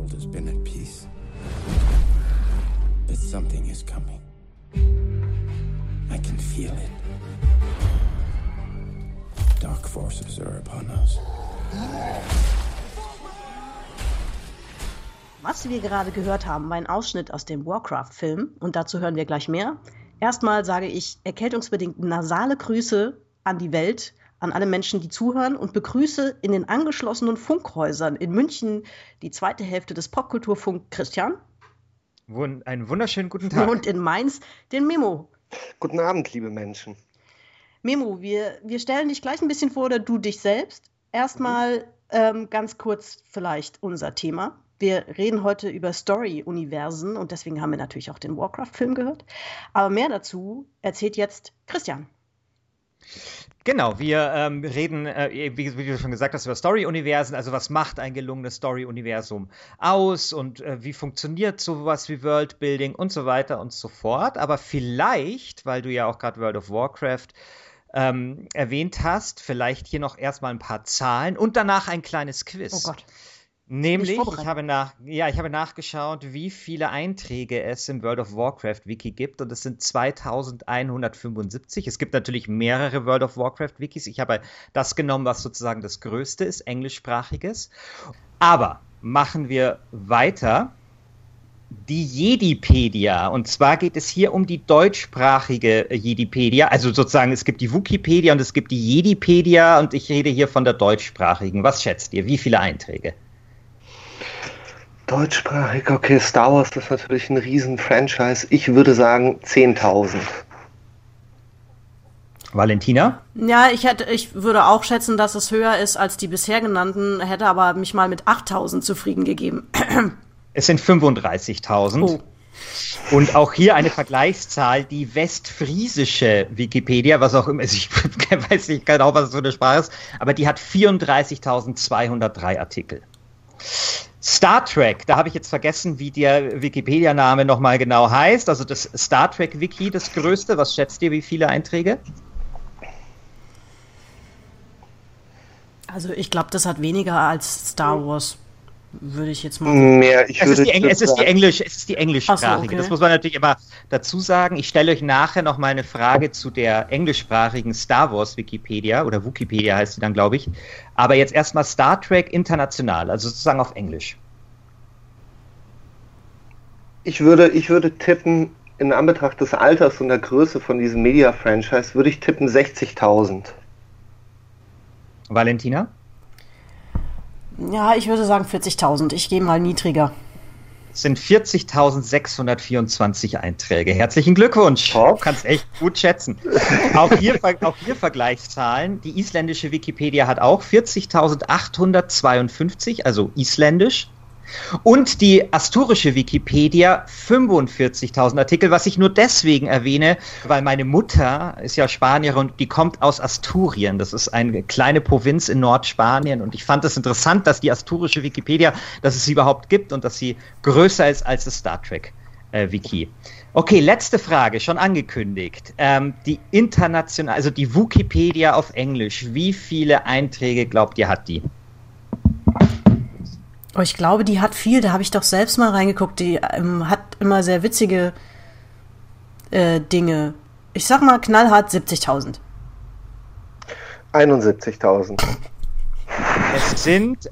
world has been at peace. But something is coming. I can feel it. Dark forces are upon us. Was wir gerade gehört haben, war ein Ausschnitt aus dem Warcraft-Film und dazu hören wir gleich mehr. Erstmal sage ich erkältungsbedingt nasale Grüße an die Welt, an alle Menschen, die zuhören und begrüße in den angeschlossenen Funkhäusern in München die zweite Hälfte des Popkulturfunk Christian. Einen wunderschönen guten Tag. Und in Mainz den Memo. Guten Abend, liebe Menschen. Memo, wir stellen dich gleich ein bisschen vor oder du dich selbst. Erstmal ganz kurz vielleicht unser Thema. Wir reden heute über Story-Universen und deswegen haben wir natürlich auch den Warcraft-Film gehört. Aber mehr dazu erzählt jetzt Christian. Genau, wir reden, wie du schon gesagt hast, über Story-Universen. Also was macht ein gelungenes Story-Universum aus und wie funktioniert sowas wie Worldbuilding und so weiter und so fort. Aber vielleicht, weil du ja auch gerade World of Warcraft erwähnt hast, vielleicht hier noch erstmal ein paar Zahlen und danach ein kleines Quiz. Oh Gott. Nämlich, ich habe nachgeschaut, wie viele Einträge es im World of Warcraft Wiki gibt und es sind 2175. Es gibt natürlich mehrere World of Warcraft Wikis. Ich habe das genommen, was sozusagen das größte ist, englischsprachiges. Aber machen wir weiter. Die Jedipedia. Und zwar geht es hier um die deutschsprachige Jedipedia. Also sozusagen, es gibt die Wikipedia und es gibt die Jedipedia und ich rede hier von der deutschsprachigen. Was schätzt ihr? Wie viele Einträge? Deutschsprachig, okay, Star Wars ist natürlich ein Riesen-Franchise. Ich würde sagen 10.000. Valentina? Ja, ich würde auch schätzen, dass es höher ist als die bisher genannten, hätte aber mich mal mit 8.000 zufrieden gegeben. Es sind 35.000. Oh. Und auch hier eine Vergleichszahl, die westfriesische Wikipedia, was auch immer, also ich weiß nicht genau, was das für eine Sprache ist, aber die hat 34.203 Artikel. Star Trek, da habe ich jetzt vergessen, wie der Wikipedia-Name nochmal genau heißt. Also das Star Trek-Wiki, das größte. Was schätzt ihr, wie viele Einträge? Also ich glaube, das hat weniger als Star Wars, würde ich jetzt mal mehr. Es ist die englischsprachige. So, okay. Das muss man natürlich immer dazu sagen. Ich stelle euch nachher noch mal eine Frage zu der englischsprachigen Star Wars Wikipedia oder Wikipedia heißt sie dann, glaube ich. Aber jetzt erstmal Star Trek international, also sozusagen auf Englisch. Ich würde tippen, in Anbetracht des Alters und der Größe von diesem Media-Franchise, würde ich tippen 60.000. Valentina? Ja, ich würde sagen 40.000. Ich gehe mal niedriger. Es sind 40.624 Einträge. Herzlichen Glückwunsch. Du kannst echt gut schätzen. Auch hier Vergleichszahlen. Die isländische Wikipedia hat auch 40.852, also isländisch. Und die asturische Wikipedia 45.000 Artikel, was ich nur deswegen erwähne, weil meine Mutter ist ja Spanierin und die kommt aus Asturien. Das ist eine kleine Provinz in Nordspanien und ich fand es interessant, dass die asturische Wikipedia, dass es sie überhaupt gibt und dass sie größer ist als das Star Trek Wiki. Okay, letzte Frage, schon angekündigt. Die international, also die Wikipedia auf Englisch, wie viele Einträge glaubt ihr hat die? Oh, ich glaube, die hat viel. Da habe ich doch selbst mal reingeguckt. Die hat immer sehr witzige Dinge. Ich sag mal knallhart 70.000. 71.000. Es sind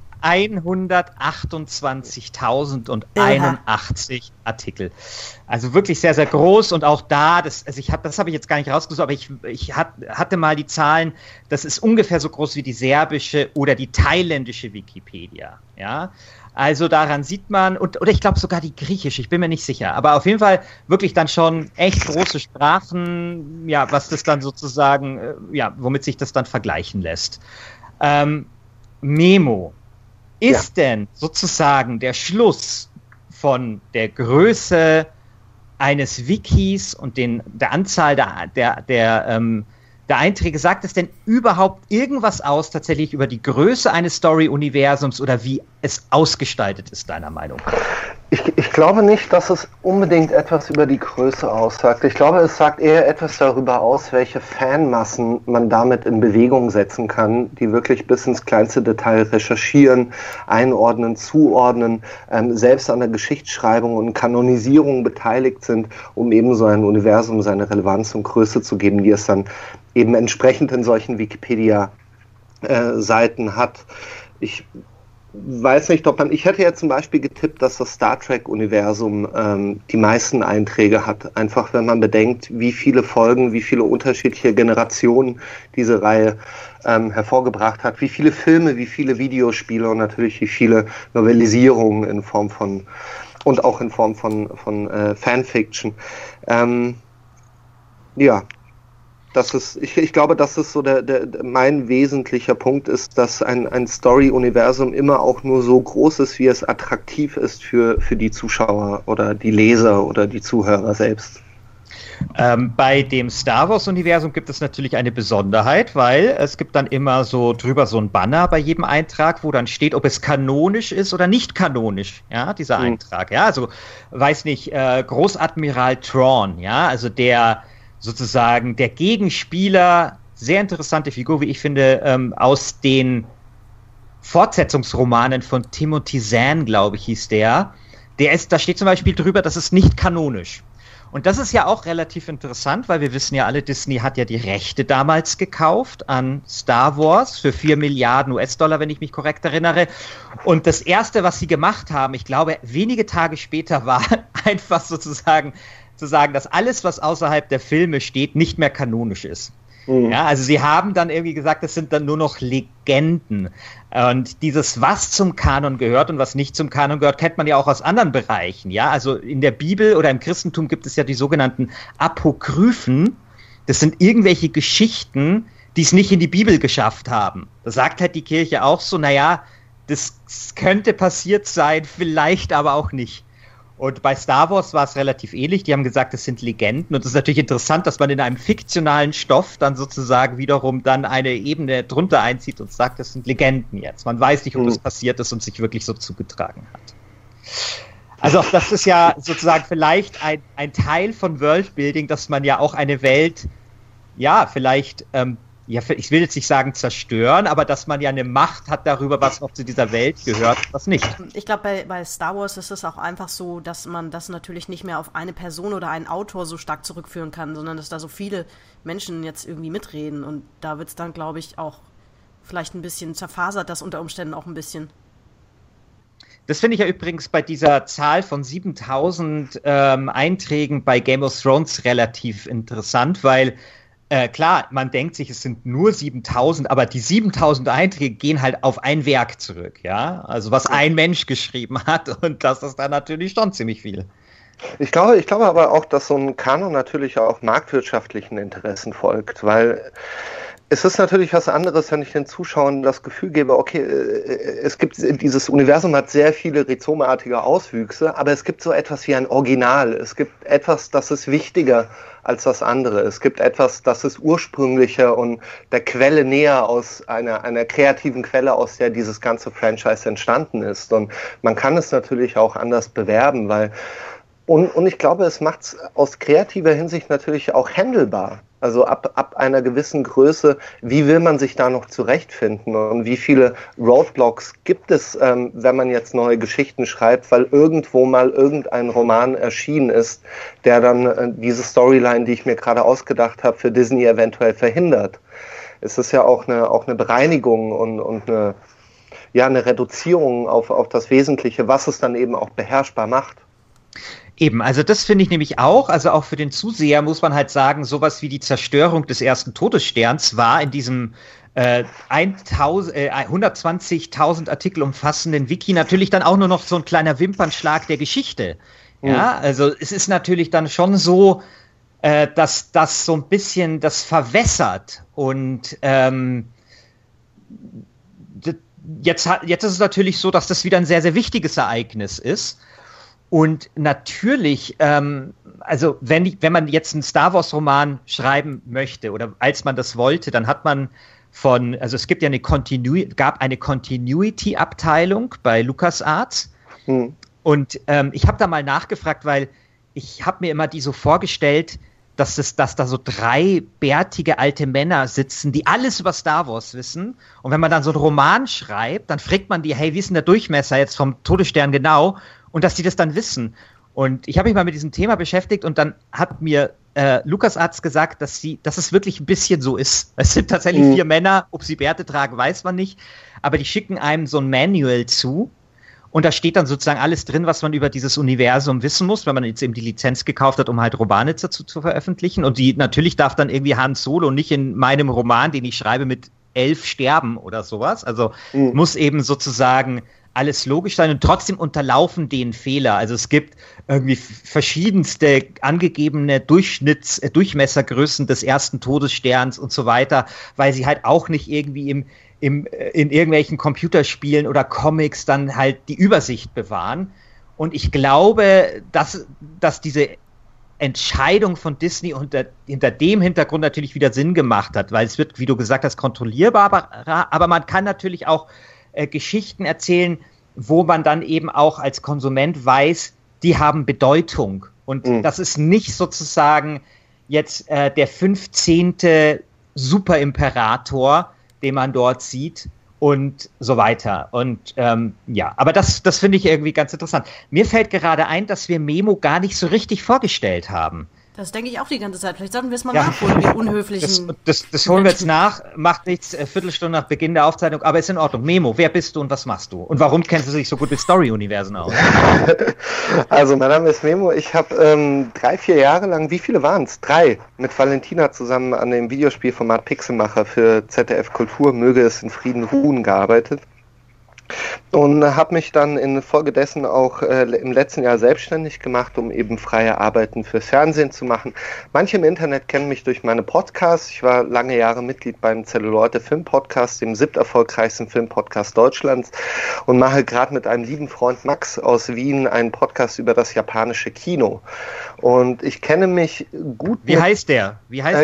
128.081 Artikel. Also wirklich sehr, sehr groß und auch da, das habe ich jetzt gar nicht rausgesucht, aber ich hatte mal die Zahlen, das ist ungefähr so groß wie die serbische oder die thailändische Wikipedia, ja. Also daran sieht man, oder ich glaube sogar die griechische, ich bin mir nicht sicher, aber auf jeden Fall wirklich dann schon echt große Sprachen, ja, was das dann sozusagen, ja, womit sich das dann vergleichen lässt. Memo. Ist denn sozusagen der Schluss von der Größe eines Wikis und der Anzahl der Einträge, sagt es denn überhaupt irgendwas aus tatsächlich über die Größe eines Story-Universums oder wie es ausgestaltet ist, deiner Meinung nach? Ich glaube nicht, dass es unbedingt etwas über die Größe aussagt. Ich glaube, es sagt eher etwas darüber aus, welche Fanmassen man damit in Bewegung setzen kann, die wirklich bis ins kleinste Detail recherchieren, einordnen, zuordnen, selbst an der Geschichtsschreibung und Kanonisierung beteiligt sind, um eben so ein Universum seine Relevanz und Größe zu geben, die es dann eben entsprechend in solchen Wikipedia-Seiten hat. Ich weiß nicht, ich hätte ja zum Beispiel getippt, dass das Star Trek-Universum die meisten Einträge hat. Einfach, wenn man bedenkt, wie viele Folgen, wie viele unterschiedliche Generationen diese Reihe hervorgebracht hat, wie viele Filme, wie viele Videospiele und natürlich wie viele Novellisierungen in Form von Fanfiction. Ja. Ich glaube, dass es so mein wesentlicher Punkt ist, dass ein Story-Universum immer auch nur so groß ist, wie es attraktiv ist für die Zuschauer oder die Leser oder die Zuhörer selbst. Bei dem Star Wars-Universum gibt es natürlich eine Besonderheit, weil es gibt dann immer so drüber so ein Banner bei jedem Eintrag, wo dann steht, ob es kanonisch ist oder nicht kanonisch, ja, dieser Eintrag. Ja, also, weiß nicht, Großadmiral Thrawn, ja, also sozusagen der Gegenspieler, sehr interessante Figur, wie ich finde, aus den Fortsetzungsromanen von Timothy Zahn, glaube ich, hieß der. Da steht zum Beispiel drüber, das ist nicht kanonisch. Und das ist ja auch relativ interessant, weil wir wissen ja alle, Disney hat ja die Rechte damals gekauft an Star Wars für 4 Milliarden US-Dollar, wenn ich mich korrekt erinnere. Und das Erste, was sie gemacht haben, ich glaube, wenige Tage später, war einfach sozusagen zu sagen, dass alles, was außerhalb der Filme steht, nicht mehr kanonisch ist. Ja, also sie haben dann irgendwie gesagt, das sind dann nur noch Legenden. Und dieses, was zum Kanon gehört und was nicht zum Kanon gehört, kennt man ja auch aus anderen Bereichen. Ja, also in der Bibel oder im Christentum gibt es ja die sogenannten Apokryphen. Das sind irgendwelche Geschichten, die es nicht in die Bibel geschafft haben. Da sagt halt die Kirche auch so, naja, das könnte passiert sein, vielleicht aber auch nicht. Und bei Star Wars war es relativ ähnlich. Die haben gesagt, es sind Legenden. Und es ist natürlich interessant, dass man in einem fiktionalen Stoff dann sozusagen wiederum dann eine Ebene drunter einzieht und sagt, das sind Legenden jetzt. Man weiß nicht, ob das passiert ist und sich wirklich so zugetragen hat. Also auch das ist ja sozusagen vielleicht ein Teil von Worldbuilding, dass man ja auch eine Welt, ja, vielleicht, ich will jetzt nicht sagen zerstören, aber dass man ja eine Macht hat darüber, was noch zu dieser Welt gehört und was nicht. Ich glaube, bei Star Wars ist es auch einfach so, dass man das natürlich nicht mehr auf eine Person oder einen Autor so stark zurückführen kann, sondern dass da so viele Menschen jetzt irgendwie mitreden. Und da wird es dann, glaube ich, auch vielleicht ein bisschen zerfasert, das unter Umständen auch ein bisschen. Das finde ich ja übrigens bei dieser Zahl von 7000 Einträgen bei Game of Thrones relativ interessant, weil klar, man denkt sich, es sind nur 7000, aber die 7000 Einträge gehen halt auf ein Werk zurück, ja? Also was ein Mensch geschrieben hat, und das ist dann natürlich schon ziemlich viel. Ich glaube aber auch, dass so ein Kanon natürlich auch marktwirtschaftlichen Interessen folgt, weil es ist natürlich was anderes, wenn ich den Zuschauern das Gefühl gebe, okay, dieses Universum hat sehr viele rhizomartige Auswüchse, aber es gibt so etwas wie ein Original. Es gibt etwas, das ist wichtiger als das andere. Es gibt etwas, das ist ursprünglicher und der Quelle näher, aus einer kreativen Quelle, aus der dieses ganze Franchise entstanden ist. Und man kann es natürlich auch anders bewerben, und ich glaube, es macht es aus kreativer Hinsicht natürlich auch handelbar. Also ab einer gewissen Größe, wie will man sich da noch zurechtfinden und wie viele Roadblocks gibt es, wenn man jetzt neue Geschichten schreibt, weil irgendwo mal irgendein Roman erschienen ist, der dann diese Storyline, die ich mir gerade ausgedacht habe, für Disney eventuell verhindert. Es ist ja auch eine Bereinigung und eine Reduzierung auf das Wesentliche, was es dann eben auch beherrschbar macht. Eben, also das finde ich nämlich auch, also auch für den Zuseher muss man halt sagen, sowas wie die Zerstörung des ersten Todessterns war in diesem 120.000 Artikel umfassenden Wiki natürlich dann auch nur noch so ein kleiner Wimpernschlag der Geschichte. Ja, also es ist natürlich dann schon so, dass das so ein bisschen das verwässert und jetzt ist es natürlich so, dass das wieder ein sehr, sehr wichtiges Ereignis ist. Und natürlich, also wenn man jetzt einen Star Wars Roman schreiben möchte oder als man das wollte, dann hat man also es gibt ja gab eine Continuity-Abteilung bei LucasArts. Und ich habe da mal nachgefragt, weil ich habe mir immer die so vorgestellt, dass da so 3 bärtige alte Männer sitzen, die alles über Star Wars wissen. Und wenn man dann so einen Roman schreibt, dann fragt man die, hey, wie ist denn der Durchmesser jetzt vom Todesstern genau? Und dass die das dann wissen. Und ich habe mich mal mit diesem Thema beschäftigt und dann hat mir LucasArts gesagt, dass es wirklich ein bisschen so ist. Es sind tatsächlich 4 Männer, ob sie Bärte tragen, weiß man nicht. Aber die schicken einem so ein Manual zu. Und da steht dann sozusagen alles drin, was man über dieses Universum wissen muss, wenn man jetzt eben die Lizenz gekauft hat, um halt Romane dazu zu veröffentlichen. Und natürlich darf dann irgendwie Han Solo nicht in meinem Roman, den ich schreibe, mit 11 sterben oder sowas. Also muss eben sozusagen alles logisch sein und trotzdem unterlaufen den Fehler. Also es gibt irgendwie verschiedenste angegebene Durchmessergrößen des ersten Todessterns und so weiter, weil sie halt auch nicht irgendwie in irgendwelchen Computerspielen oder Comics dann halt die Übersicht bewahren. Und ich glaube, dass diese Entscheidung von Disney hinter dem Hintergrund natürlich wieder Sinn gemacht hat, weil es wird, wie du gesagt hast, kontrollierbar, aber man kann natürlich auch Geschichten erzählen, wo man dann eben auch als Konsument weiß, die haben Bedeutung. Und das ist nicht sozusagen jetzt der 15. Superimperator, den man dort sieht und so weiter. Und aber das finde ich irgendwie ganz interessant. Mir fällt gerade ein, dass wir Memo gar nicht so richtig vorgestellt haben. Das denke ich auch die ganze Zeit. Vielleicht sollten wir es mal nachholen, die unhöflichen... Das holen wir jetzt nach, macht nichts, Viertelstunde nach Beginn der Aufzeichnung, aber ist in Ordnung. Memo, wer bist du und was machst du? Und warum kennst du dich so gut mit Story-Universen aus? Also, mein Name ist Memo. Ich habe 3-4 Jahre lang, wie viele waren es? 3, mit Valentina zusammen an dem Videospielformat Pixelmacher für ZDF Kultur, möge es in Frieden ruhen, gearbeitet. Und habe mich dann infolgedessen auch im letzten Jahr selbstständig gemacht, um eben freie Arbeiten fürs Fernsehen zu machen. Manche im Internet kennen mich durch meine Podcasts. Ich war lange Jahre Mitglied beim Zelluloide Filmpodcast, dem 7. erfolgreichsten Filmpodcast Deutschlands, und mache gerade mit einem lieben Freund Max aus Wien einen Podcast über das japanische Kino. Und ich kenne mich gut Wie heißt der?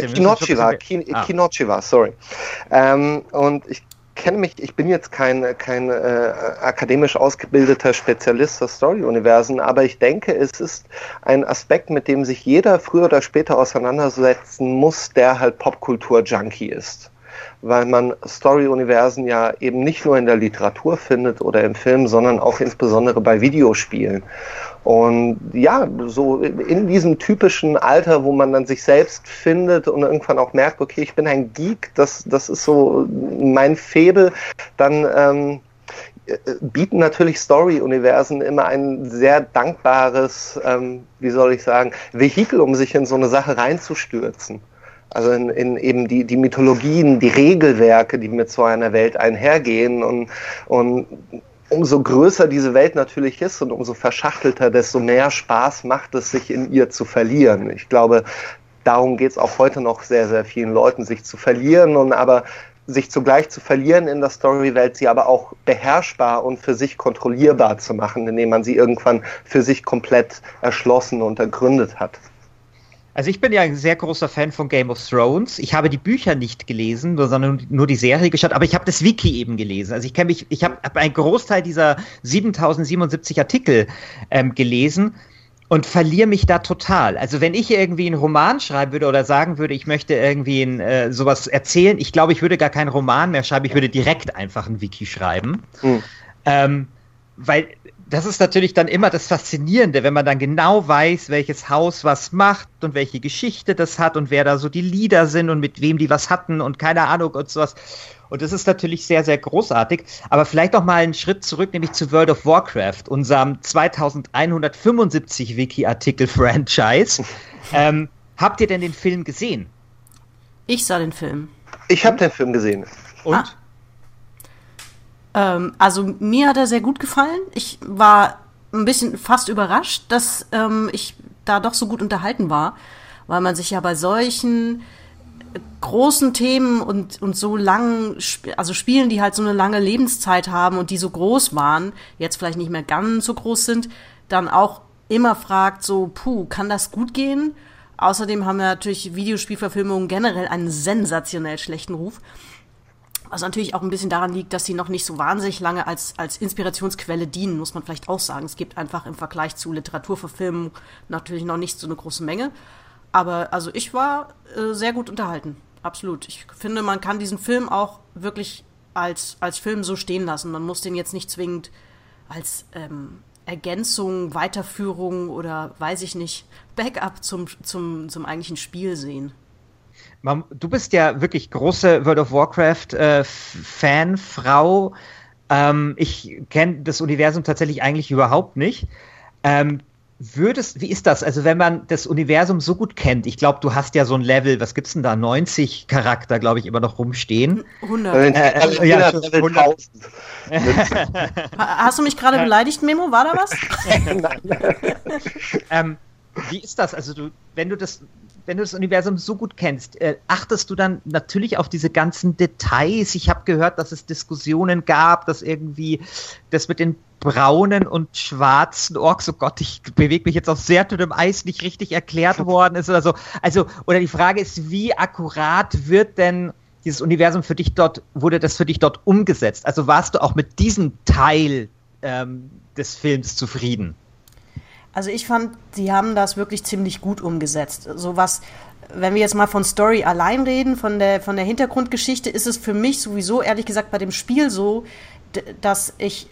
Kinochiwa, sorry. Und ich bin jetzt kein akademisch ausgebildeter Spezialist für Story-Universen, aber ich denke, es ist ein Aspekt, mit dem sich jeder früher oder später auseinandersetzen muss, der halt Popkultur-Junkie ist. Weil man Story-Universen ja eben nicht nur in der Literatur findet oder im Film, sondern auch insbesondere bei Videospielen. Und ja, so in diesem typischen Alter, wo man dann sich selbst findet und irgendwann auch merkt, okay, ich bin ein Geek, das ist so mein Faible, dann bieten natürlich Story-Universen immer ein sehr dankbares, Vehikel, um sich in so eine Sache reinzustürzen. Also in eben die Mythologien, die Regelwerke, die mit so einer Welt einhergehen, und umso größer diese Welt natürlich ist und umso verschachtelter, desto mehr Spaß macht es, sich in ihr zu verlieren. Ich glaube, darum geht es auch heute noch sehr, sehr vielen Leuten, sich zu verlieren, und aber sich zugleich zu verlieren in der Storywelt, sie aber auch beherrschbar und für sich kontrollierbar zu machen, indem man sie irgendwann für sich komplett erschlossen und ergründet hat. Also ich bin ja ein sehr großer Fan von Game of Thrones. Ich habe die Bücher nicht gelesen, sondern nur die Serie geschaut, aber ich habe das Wiki eben gelesen. Also ich habe einen Großteil dieser 7077 Artikel gelesen und verliere mich da total. Also wenn ich irgendwie einen Roman schreiben würde oder sagen würde, ich möchte irgendwie sowas erzählen, ich glaube, ich würde gar keinen Roman mehr schreiben, ich würde direkt einfach ein Wiki schreiben. Weil das ist natürlich dann immer das Faszinierende, wenn man dann genau weiß, welches Haus was macht und welche Geschichte das hat und wer da so die Leader sind und mit wem die was hatten und keine Ahnung und sowas. Und das ist natürlich sehr, sehr großartig. Aber vielleicht noch mal einen Schritt zurück, nämlich zu World of Warcraft, unserem 2175 Wiki-Artikel-Franchise. Habt ihr denn den Film gesehen? Ich sah den Film. Ich habe den Film gesehen. Und? Also mir hat er sehr gut gefallen. Ich war ein bisschen fast überrascht, dass ich da doch so gut unterhalten war, weil man sich ja bei solchen großen Themen und so langen, also Spielen, die halt so eine lange Lebenszeit haben und die so groß waren, jetzt vielleicht nicht mehr ganz so groß sind, dann auch immer fragt so, kann das gut gehen? Außerdem haben wir natürlich Videospielverfilmungen generell einen sensationell schlechten Ruf. Was natürlich auch ein bisschen daran liegt, dass sie noch nicht so wahnsinnig lange als Inspirationsquelle dienen, muss man vielleicht auch sagen. Es gibt einfach im Vergleich zu Literaturverfilmung natürlich noch nicht so eine große Menge. Aber also ich war sehr gut unterhalten, absolut. Ich finde, man kann diesen Film auch wirklich als Film so stehen lassen. Man muss den jetzt nicht zwingend als Ergänzung, Weiterführung oder, weiß ich nicht, Backup zum eigentlichen Spiel sehen. Du bist ja wirklich große World of Warcraft Fanfrau. Ich kenne das Universum tatsächlich eigentlich überhaupt nicht. Wie ist das? Also wenn man das Universum so gut kennt, ich glaube, du hast ja so ein Level, was gibt's denn da? 90 Charakter, glaube ich, immer noch rumstehen. 100. Ja, 100. Hast du mich gerade beleidigt, Memo? War da was? Wie ist das? Also wenn du das Universum so gut kennst, achtest du dann natürlich auf diese ganzen Details? Ich habe gehört, dass es Diskussionen gab, dass irgendwie das mit den braunen und schwarzen Orks, oh Gott, ich bewege mich jetzt auf sehr dünnem Eis, nicht richtig erklärt worden ist oder so. Oder die Frage ist, wie akkurat wird denn dieses Universum wurde das für dich dort umgesetzt? Also warst du auch mit diesem Teil des Films zufrieden? Also ich fand, sie haben das wirklich ziemlich gut umgesetzt. Sowas, wenn wir jetzt mal von Story allein reden, von der Hintergrundgeschichte, ist es für mich sowieso, ehrlich gesagt, bei dem Spiel so, dass ich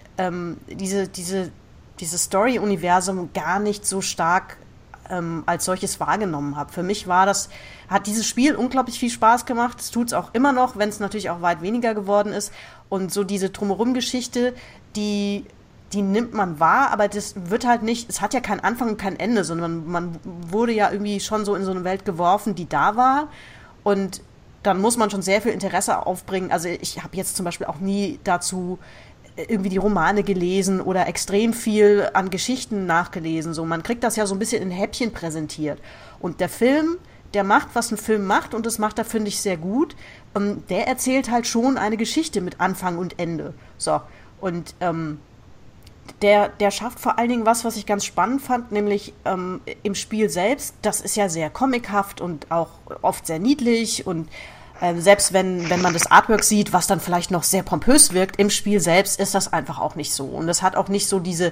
dieses Story-Universum gar nicht so stark als solches wahrgenommen habe. Für mich hat dieses Spiel unglaublich viel Spaß gemacht. Es tut es auch immer noch, wenn es natürlich auch weit weniger geworden ist. Und so diese Drumherum-Geschichte, die nimmt man wahr, aber das wird halt nicht, es hat ja keinen Anfang und kein Ende, sondern man wurde ja irgendwie schon so in so eine Welt geworfen, die da war, und dann muss man schon sehr viel Interesse aufbringen. Also ich habe jetzt zum Beispiel auch nie dazu irgendwie die Romane gelesen oder extrem viel an Geschichten nachgelesen. So, man kriegt das ja so ein bisschen in Häppchen präsentiert. Und der Film, der macht, was ein Film macht, und das macht er, finde ich, sehr gut. Der erzählt halt schon eine Geschichte mit Anfang und Ende. So, und der schafft vor allen Dingen was ich ganz spannend fand, nämlich im Spiel selbst. Das ist ja sehr comichaft und auch oft sehr niedlich, und selbst wenn man das Artwork sieht, was dann vielleicht noch sehr pompös wirkt, im Spiel selbst ist das einfach auch nicht so. Und es hat auch nicht so diese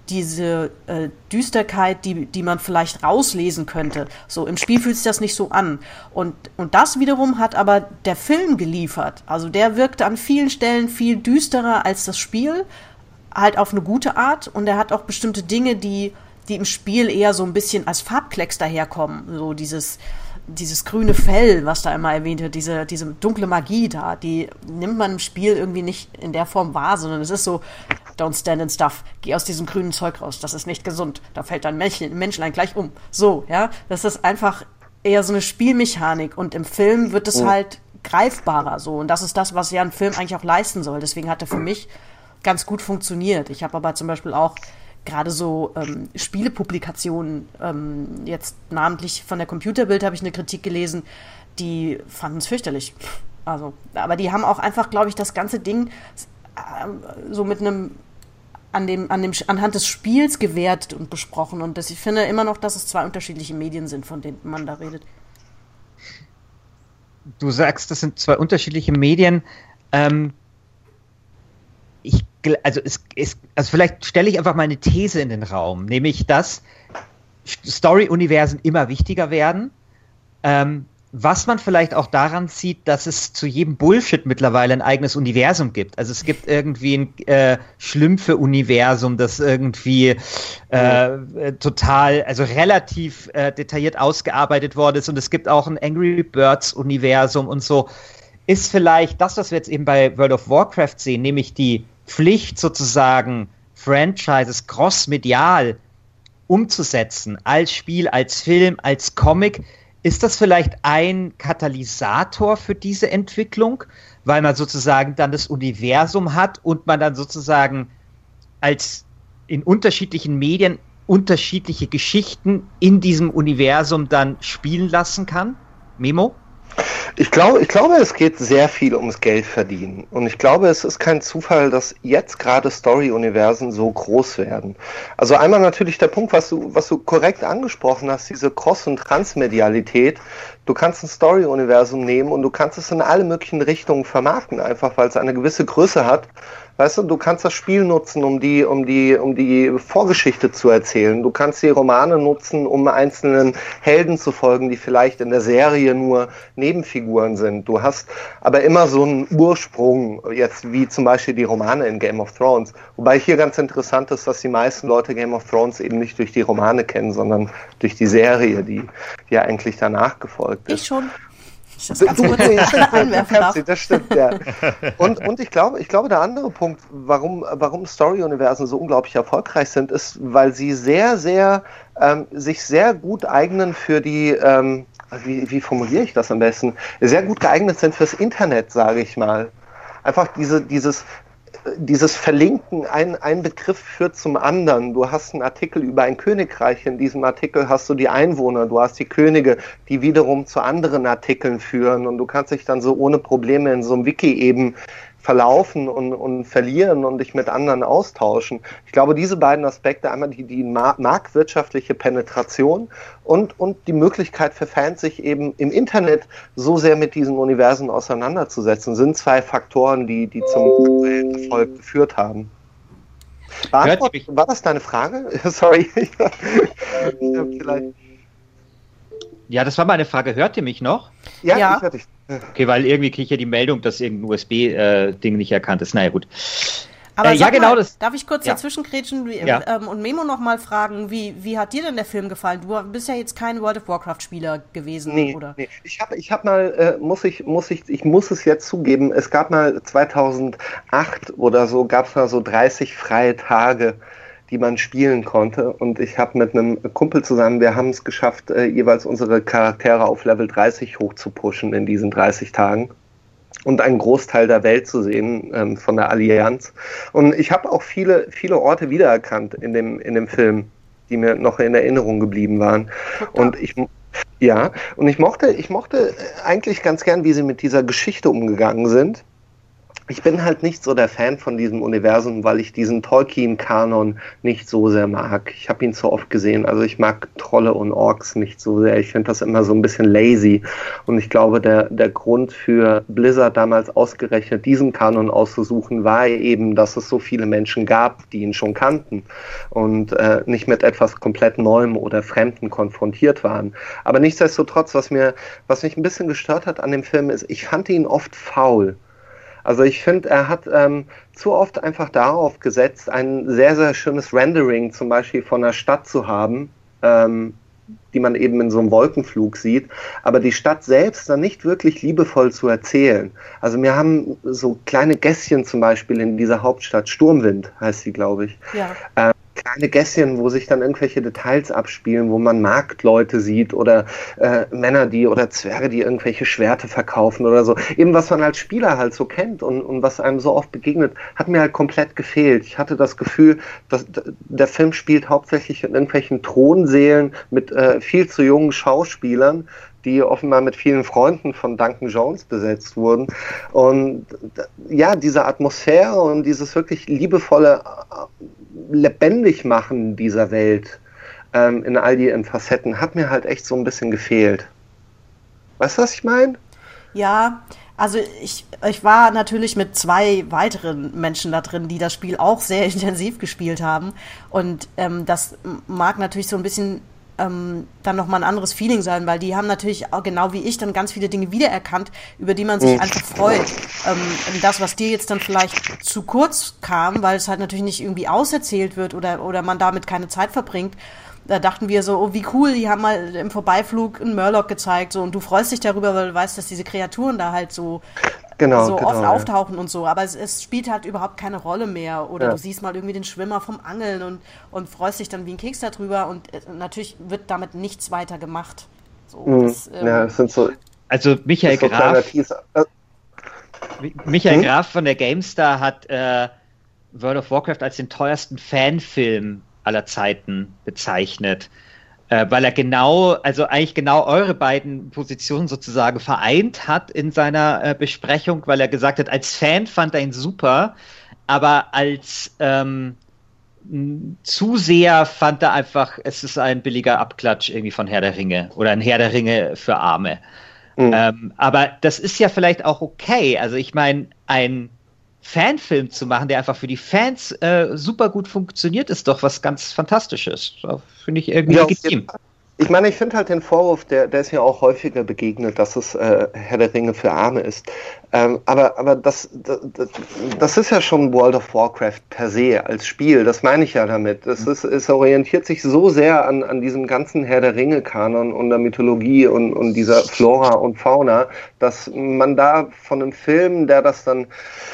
Düsterkeit, die man vielleicht rauslesen könnte. So, im Spiel fühlt sich das nicht so an. Und das wiederum hat aber der Film geliefert. Also der wirkte an vielen Stellen viel düsterer als das Spiel, halt auf eine gute Art, und er hat auch bestimmte Dinge, die im Spiel eher so ein bisschen als Farbklecks daherkommen. So dieses grüne Fell, was da immer erwähnt wird, diese dunkle Magie da, die nimmt man im Spiel irgendwie nicht in der Form wahr, sondern es ist so, don't stand in stuff, geh aus diesem grünen Zeug raus, das ist nicht gesund, da fällt ein Menschlein gleich um. So, ja, das ist einfach eher so eine Spielmechanik, und im Film wird es halt greifbarer so, und das ist das, was ja ein Film eigentlich auch leisten soll. Deswegen hat er für mich ganz gut funktioniert. Ich habe aber zum Beispiel auch gerade so Spielepublikationen, jetzt namentlich von der Computerbild habe ich eine Kritik gelesen, die fanden es fürchterlich. Also, aber die haben auch einfach, glaube ich, das ganze Ding so mit einem anhand des Spiels gewertet und besprochen. Und ich finde immer noch, dass es zwei unterschiedliche Medien sind, von denen man da redet. Du sagst, das sind zwei unterschiedliche Medien. Also vielleicht stelle ich einfach mal eine These in den Raum, nämlich, dass Story-Universen immer wichtiger werden, was man vielleicht auch daran sieht, dass es zu jedem Bullshit mittlerweile ein eigenes Universum gibt. Also es gibt irgendwie ein Schlümpfe-Universum, das irgendwie total, also relativ detailliert ausgearbeitet worden ist, und es gibt auch ein Angry Birds-Universum und so. Ist vielleicht das, was wir jetzt eben bei World of Warcraft sehen, nämlich die Pflicht sozusagen, Franchises crossmedial umzusetzen, als Spiel, als Film, als Comic, ist das vielleicht ein Katalysator für diese Entwicklung, weil man sozusagen dann das Universum hat und man dann sozusagen als in unterschiedlichen Medien unterschiedliche Geschichten in diesem Universum dann spielen lassen kann? Memo? Ich glaube, es geht sehr viel ums Geld verdienen. Und ich glaube, es ist kein Zufall, dass jetzt gerade Story-Universen so groß werden. Also einmal natürlich der Punkt, was du korrekt angesprochen hast, diese Cross- und Transmedialität. Du kannst ein Story-Universum nehmen und du kannst es in alle möglichen Richtungen vermarkten, einfach weil es eine gewisse Größe hat. Weißt du, du kannst das Spiel nutzen, um die Vorgeschichte zu erzählen. Du kannst die Romane nutzen, um einzelnen Helden zu folgen, die vielleicht in der Serie nur Nebenfiguren sind. Du hast aber immer so einen Ursprung, jetzt wie zum Beispiel die Romane in Game of Thrones. Wobei hier ganz interessant ist, dass die meisten Leute Game of Thrones eben nicht durch die Romane kennen, sondern durch die Serie, die ja eigentlich danach gefolgt ist. Ich schon. Das ganz kurz einwerfen darf. Das stimmt, ja. Und ich glaube, der andere Punkt, warum Story-Universen so unglaublich erfolgreich sind, ist, weil sie sich sehr gut eignen für die, wie formuliere ich das am besten, sehr gut geeignet sind fürs Internet, sage ich mal. Einfach dieses Verlinken, ein Begriff führt zum anderen. Du hast einen Artikel über ein Königreich, in diesem Artikel hast du die Einwohner, du hast die Könige, die wiederum zu anderen Artikeln führen und du kannst dich dann so ohne Probleme in so einem Wiki eben verlaufen und verlieren und dich mit anderen austauschen. Ich glaube, diese beiden Aspekte, einmal die marktwirtschaftliche Penetration und die Möglichkeit für Fans, sich eben im Internet so sehr mit diesen Universen auseinanderzusetzen, sind zwei Faktoren, die zum Erfolg geführt haben. War das deine Frage? Sorry. Ja, das war meine Frage. Hört ihr mich noch? Ja. Ich höre dich. Okay, weil irgendwie kriege ich ja die Meldung, dass irgendein USB-Ding nicht erkannt ist. Naja, gut. Aber ja, genau das. Darf ich kurz dazwischengrätschen und Memo nochmal fragen, wie hat dir denn der Film gefallen? Du bist ja jetzt kein World of Warcraft-Spieler gewesen, oder? Nee. Ich hab mal, ich muss es jetzt zugeben, es gab mal 2008 oder so, gab es mal so 30 freie Tage, die man spielen konnte. Und ich habe mit einem Kumpel zusammen, wir haben es geschafft, jeweils unsere Charaktere auf Level 30 hochzupushen in diesen 30 Tagen und einen Großteil der Welt zu sehen von der Allianz. Und ich habe auch viele Orte wiedererkannt in dem Film, die mir noch in Erinnerung geblieben waren. Und ich mochte eigentlich ganz gern, wie sie mit dieser Geschichte umgegangen sind. Ich bin halt nicht so der Fan von diesem Universum, weil ich diesen Tolkien-Kanon nicht so sehr mag. Ich habe ihn zu oft gesehen, also ich mag Trolle und Orks nicht so sehr. Ich finde das immer so ein bisschen lazy. Und ich glaube, der Grund für Blizzard damals ausgerechnet diesen Kanon auszusuchen, war eben, dass es so viele Menschen gab, die ihn schon kannten und nicht mit etwas komplett Neuem oder Fremden konfrontiert waren. Aber nichtsdestotrotz, was mich ein bisschen gestört hat an dem Film ist, ich fand ihn oft faul. Also ich finde, er hat zu oft einfach darauf gesetzt, ein sehr, sehr schönes Rendering zum Beispiel von einer Stadt zu haben, die man eben in so einem Wolkenflug sieht, aber die Stadt selbst dann nicht wirklich liebevoll zu erzählen. Also wir haben so kleine Gässchen zum Beispiel in dieser Hauptstadt, Sturmwind heißt sie, glaube ich. Ja. Kleine Gässchen, wo sich dann irgendwelche Details abspielen, wo man Marktleute sieht oder Männer, oder Zwerge, die irgendwelche Schwerte verkaufen oder so. Eben was man als Spieler halt so kennt und was einem so oft begegnet, hat mir halt komplett gefehlt. Ich hatte das Gefühl, dass der Film spielt hauptsächlich in irgendwelchen Thronsälen mit viel zu jungen Schauspielern, die offenbar mit vielen Freunden von Duncan Jones besetzt wurden. Und ja, diese Atmosphäre und dieses wirklich liebevolle lebendig machen dieser Welt in all ihren Facetten hat mir halt echt so ein bisschen gefehlt. Weißt du, was ich meine? Ja, also ich war natürlich mit 2 weiteren Menschen da drin, die das Spiel auch sehr intensiv gespielt haben. Und das mag natürlich so ein bisschen dann nochmal ein anderes Feeling sein, weil die haben natürlich auch genau wie ich dann ganz viele Dinge wiedererkannt, über die man sich einfach freut. Das, was dir jetzt dann vielleicht zu kurz kam, weil es halt natürlich nicht irgendwie auserzählt wird oder man damit keine Zeit verbringt, da dachten wir so, oh, wie cool, die haben mal im Vorbeiflug einen Murloc gezeigt, so, und du freust dich darüber, weil du weißt, dass diese Kreaturen da halt so oft auftauchen und so, aber es spielt halt überhaupt keine Rolle mehr, oder du siehst mal irgendwie den Schwimmer vom Angeln und freust dich dann wie ein Keks darüber, und natürlich wird damit nichts weiter gemacht. So, das sind so... Also Michael Graf von der GameStar hat World of Warcraft als den teuersten Fanfilm aller Zeiten bezeichnet. weil er eigentlich genau eure beiden Positionen sozusagen vereint hat in seiner Besprechung, weil er gesagt hat, als Fan fand er ihn super, aber als Zuseher fand er einfach, es ist ein billiger Abklatsch irgendwie von Herr der Ringe oder ein Herr der Ringe für Arme. Aber das ist ja vielleicht auch okay. Also ich meine, ein Fanfilm zu machen, der einfach für die Fans super gut funktioniert, ist doch was ganz Fantastisches. Finde ich irgendwie legitim. Ich meine, ich finde halt den Vorwurf, der ist ja auch häufiger begegnet, dass es Herr der Ringe für Arme ist. Aber das ist ja schon World of Warcraft per se als Spiel, das meine ich ja damit. Es orientiert sich so sehr an diesem ganzen Herr der Ringe-Kanon und der Mythologie und dieser Flora und Fauna, dass man da von einem Film, der das dann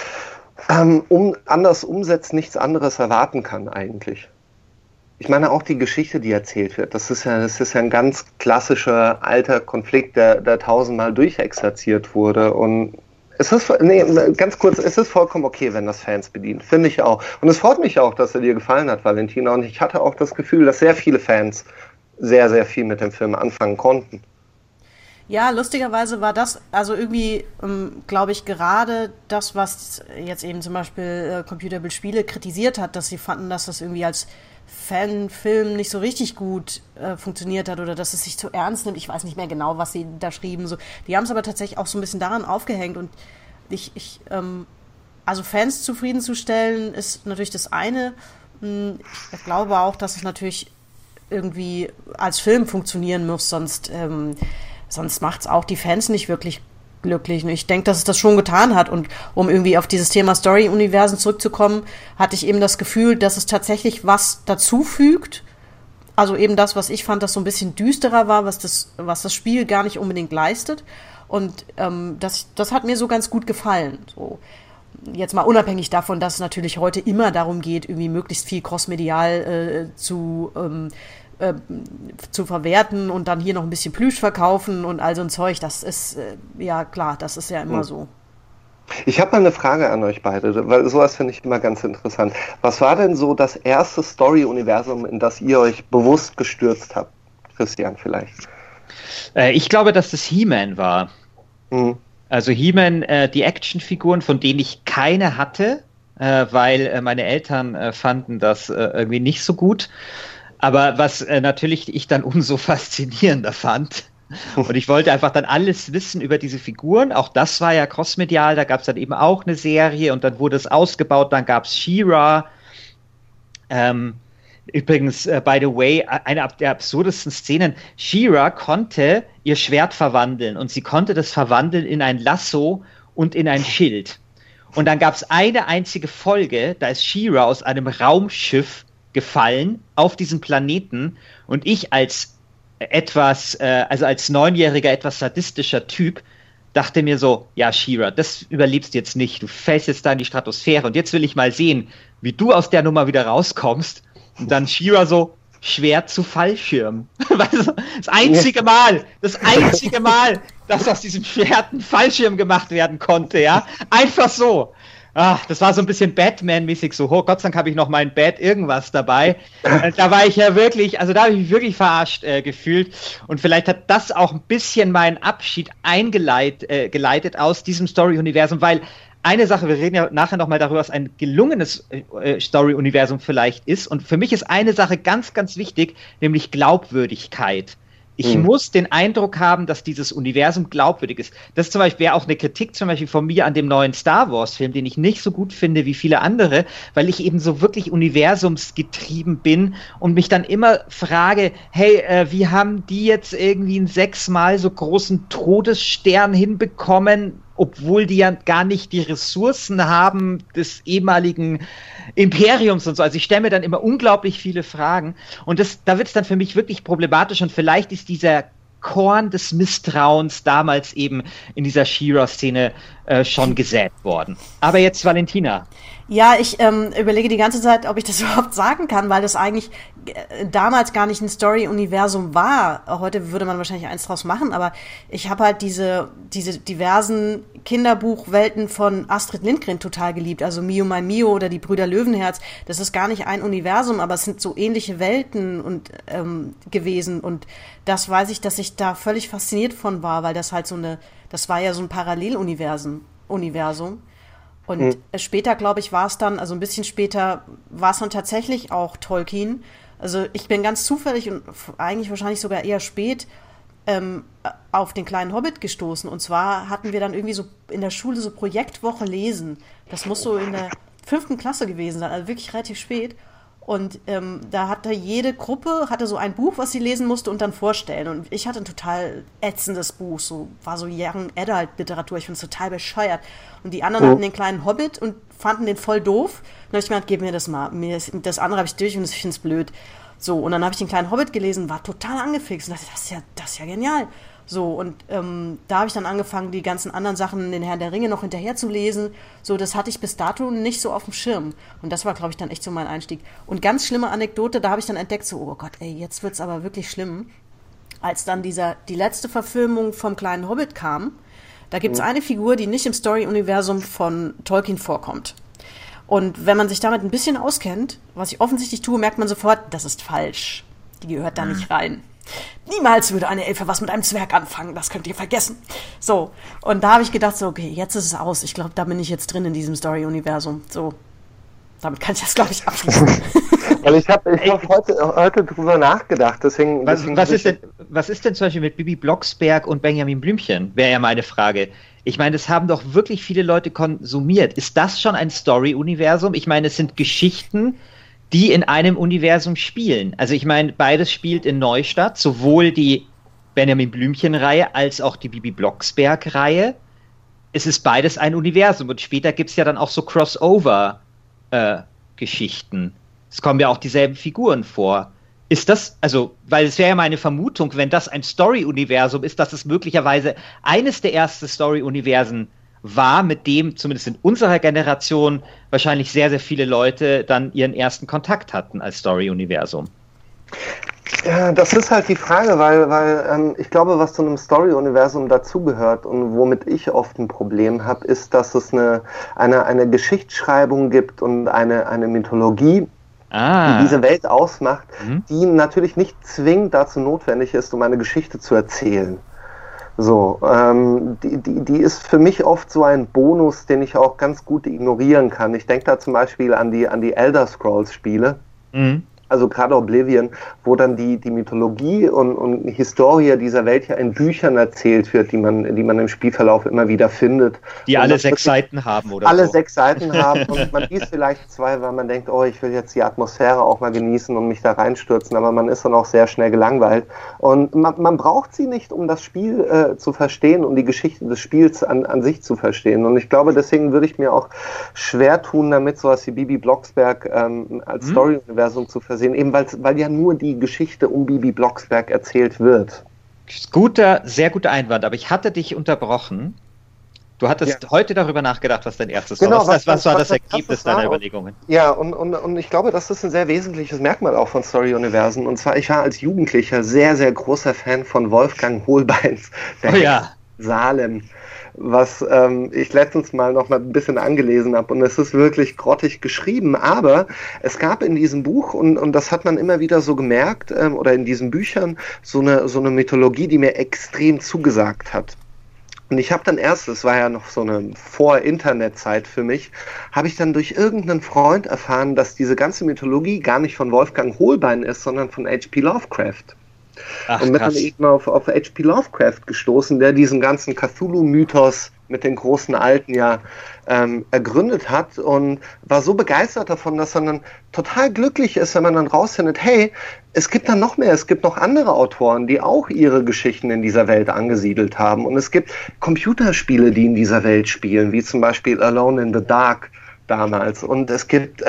anders umsetzt, nichts anderes erwarten kann eigentlich. Ich meine auch die Geschichte, die erzählt wird, das ist ja ein ganz klassischer alter Konflikt, der tausendmal durchexerziert wurde und es ist vollkommen okay, wenn das Fans bedient, finde ich auch. Und es freut mich auch, dass er dir gefallen hat, Valentina, und ich hatte auch das Gefühl, dass sehr viele Fans sehr, sehr viel mit dem Film anfangen konnten. Ja, lustigerweise war das also irgendwie, glaube ich, gerade das, was jetzt eben zum Beispiel Computerbild-Spiele kritisiert hat, dass sie fanden, dass das irgendwie als Fanfilm nicht so richtig gut funktioniert hat oder dass es sich zu ernst nimmt. Ich weiß nicht mehr genau, was sie da schrieben. So. Die haben es aber tatsächlich auch so ein bisschen daran aufgehängt und also Fans zufriedenzustellen ist natürlich das eine. Ich glaube auch, dass es natürlich irgendwie als Film funktionieren muss, sonst macht es auch die Fans nicht wirklich glücklich. Und ich denke, dass es das schon getan hat. Und um irgendwie auf dieses Thema Story-Universen zurückzukommen, hatte ich eben das Gefühl, dass es tatsächlich was dazu fügt. Also eben das, was ich fand, das so ein bisschen düsterer war, was das Spiel gar nicht unbedingt leistet. Und das hat mir so ganz gut gefallen. So. Jetzt mal unabhängig davon, dass es natürlich heute immer darum geht, irgendwie möglichst viel crossmedial zu verwerten und dann hier noch ein bisschen Plüsch verkaufen und all so ein Zeug. Das ist, ja klar, das ist ja immer so. Ich habe mal eine Frage an euch beide, weil sowas finde ich immer ganz interessant. Was war denn so das erste Story-Universum, in das ihr euch bewusst gestürzt habt? Christian vielleicht. Ich glaube, dass das He-Man war. Also He-Man, die Actionfiguren, von denen ich keine hatte, weil meine Eltern fanden das irgendwie nicht so gut. Aber was natürlich ich dann umso faszinierender fand. Und ich wollte einfach dann alles wissen über diese Figuren. Auch das war ja crossmedial, da gab es dann eben auch eine Serie und dann wurde es ausgebaut, dann gab es She-Ra. Übrigens, by the way, eine der absurdesten Szenen, She-Ra konnte ihr Schwert verwandeln und sie konnte das verwandeln in ein Lasso und in ein Schild. Und dann gab es eine einzige Folge, da ist She-Ra aus einem Raumschiff gefallen auf diesen Planeten und ich als als neunjähriger, etwas sadistischer Typ dachte mir so, ja She-Ra, das überlebst du jetzt nicht, du fällst jetzt da in die Stratosphäre und jetzt will ich mal sehen, wie du aus der Nummer wieder rauskommst und dann She-Ra so, Schwert zu Fallschirm. Weißt du, das einzige Mal, dass aus diesem Schwert ein Fallschirm gemacht werden konnte, ja, einfach so. Das war so ein bisschen Batman-mäßig, so, oh Gott sei Dank habe ich noch mein Bat irgendwas dabei. Da war ich ja wirklich, also da habe ich mich wirklich verarscht gefühlt. Und vielleicht hat das auch ein bisschen meinen Abschied geleitet aus diesem Story-Universum, weil eine Sache, wir reden ja nachher nochmal darüber, was ein gelungenes Story-Universum vielleicht ist. Und für mich ist eine Sache ganz, ganz wichtig, nämlich Glaubwürdigkeit. Ich muss den Eindruck haben, dass dieses Universum glaubwürdig ist. Das zum Beispiel wäre auch eine Kritik zum Beispiel von mir an dem neuen Star Wars-Film, den ich nicht so gut finde wie viele andere, weil ich eben so wirklich universumsgetrieben bin und mich dann immer frage, hey, wie haben die jetzt irgendwie einen 6-mal so großen Todesstern hinbekommen, obwohl die ja gar nicht die Ressourcen haben des ehemaligen Imperiums und so. Also ich stelle mir dann immer unglaublich viele Fragen und da wird es dann für mich wirklich problematisch und vielleicht ist dieser Korn des Misstrauens damals eben in dieser She-Ra-Szene schon gesät worden. Aber jetzt Valentina. Ja, ich überlege die ganze Zeit, ob ich das überhaupt sagen kann, weil das eigentlich damals gar nicht ein Story-Universum war. Heute würde man wahrscheinlich eins draus machen, aber ich habe halt diese diversen Kinderbuchwelten von Astrid Lindgren total geliebt. Also Mio mein Mio oder die Brüder Löwenherz. Das ist gar nicht ein Universum, aber es sind so ähnliche Welten und gewesen. Und das weiß ich, dass ich da völlig fasziniert von war, weil das halt das war ja so ein Paralleluniversum. Und später, glaube ich, war es dann, also ein bisschen später, war es dann tatsächlich auch Tolkien. Also ich bin ganz zufällig und eigentlich wahrscheinlich sogar eher spät auf den kleinen Hobbit gestoßen. Und zwar hatten wir dann irgendwie so in der Schule so Projektwoche lesen. Das muss so in der 5. Klasse gewesen sein, also wirklich relativ spät. Und da hatte jede Gruppe so ein Buch, was sie lesen musste und dann vorstellen. Und ich hatte ein total ätzendes Buch, war so Young Adult Literatur. Ich fand es total bescheuert. Und die anderen hatten den kleinen Hobbit und fanden den voll doof. Und dann habe ich mir gedacht, gib mir das mal. Das andere habe ich durch und ich finde es blöd. So, und dann habe ich den kleinen Hobbit gelesen, war total angefixt und dachte, das ist ja genial. So, und da habe ich dann angefangen, die ganzen anderen Sachen, den Herrn der Ringe, noch hinterher zu lesen. So, das hatte ich bis dato nicht so auf dem Schirm. Und das war, glaube ich, dann echt so mein Einstieg. Und ganz schlimme Anekdote, da habe ich dann entdeckt, so, oh Gott, ey, jetzt wird's aber wirklich schlimm. Als dann die letzte Verfilmung vom kleinen Hobbit kam, da gibt's eine Figur, die nicht im Story-Universum von Tolkien vorkommt. Und wenn man sich damit ein bisschen auskennt, was ich offensichtlich tue, merkt man sofort, das ist falsch. Die gehört da nicht rein. Niemals würde eine Elfe was mit einem Zwerg anfangen, das könnt ihr vergessen. So, und da habe ich gedacht, so, okay, jetzt ist es aus. Ich glaube, da bin ich jetzt drin in diesem Story-Universum. So, damit kann ich das, glaube ich, abschließen. Weil ich hab heute drüber nachgedacht, deswegen was ist denn zum Beispiel mit Bibi Blocksberg und Benjamin Blümchen? Wäre ja meine Frage. Ich meine, das haben doch wirklich viele Leute konsumiert. Ist das schon ein Story-Universum? Ich meine, es sind Geschichten, die in einem Universum spielen. Also ich meine, beides spielt in Neustadt, sowohl die Benjamin Blümchen-Reihe als auch die Bibi Blocksberg-Reihe. Es ist beides ein Universum und später gibt es ja dann auch so Crossover-Geschichten. Es kommen ja auch dieselben Figuren vor. Ist das, also, weil es wäre ja meine Vermutung, wenn das ein Story-Universum ist, dass es möglicherweise eines der ersten Story-Universen war, mit dem zumindest in unserer Generation wahrscheinlich sehr, sehr viele Leute dann ihren ersten Kontakt hatten als Story-Universum. Ja, das ist halt die Frage, weil ich glaube, was zu einem Story-Universum dazugehört und womit ich oft ein Problem habe, ist, dass es eine Geschichtsschreibung gibt und eine Mythologie, die diese Welt ausmacht, die natürlich nicht zwingend dazu notwendig ist, um eine Geschichte zu erzählen. So, die ist für mich oft so ein Bonus, den ich auch ganz gut ignorieren kann. Ich denke da zum Beispiel an die Elder Scrolls Spiele. Also gerade Oblivion, wo dann die Mythologie und Historie dieser Welt ja in Büchern erzählt wird, die man im Spielverlauf immer wieder findet. Die alle 6 Seiten haben, oder? Alle 6 Seiten haben und man liest vielleicht 2, weil man denkt, oh, ich will jetzt die Atmosphäre auch mal genießen und mich da reinstürzen, aber man ist dann auch sehr schnell gelangweilt. Und man braucht sie nicht, um das Spiel zu verstehen und die Geschichte des Spiels an sich zu verstehen. Und ich glaube, deswegen würde ich mir auch schwer tun, damit sowas wie Bibi Blocksberg als Story-Universum zu versehen, eben weil ja nur die Geschichte um Bibi Blocksberg erzählt wird. Sehr guter Einwand, aber ich hatte dich unterbrochen. Du hattest heute darüber nachgedacht, was dein erstes war. Was war das Ergebnis deiner Überlegungen? Ja, und ich glaube, das ist ein sehr wesentliches Merkmal auch von Story-Universen. Und zwar, ich war als Jugendlicher sehr, sehr großer Fan von Wolfgang Hohlbeins, der Salem, was ich letztens mal noch mal ein bisschen angelesen habe, und es ist wirklich grottig geschrieben, aber es gab in diesem Buch, und das hat man immer wieder so gemerkt, oder in diesen Büchern, so eine Mythologie, die mir extrem zugesagt hat. Und ich habe dann erst, das war ja noch so eine Vor-Internet-Zeit für mich, habe ich dann durch irgendeinen Freund erfahren, dass diese ganze Mythologie gar nicht von Wolfgang Hohlbein ist, sondern von H.P. Lovecraft. Ach, und bin dann eben auf H.P. Lovecraft gestoßen, der diesen ganzen Cthulhu-Mythos mit den großen Alten ergründet hat, und war so begeistert davon, dass er dann total glücklich ist, wenn man dann rausfindet, hey, es gibt dann noch mehr, es gibt noch andere Autoren, die auch ihre Geschichten in dieser Welt angesiedelt haben, und es gibt Computerspiele, die in dieser Welt spielen, wie zum Beispiel Alone in the Dark damals, und es gibt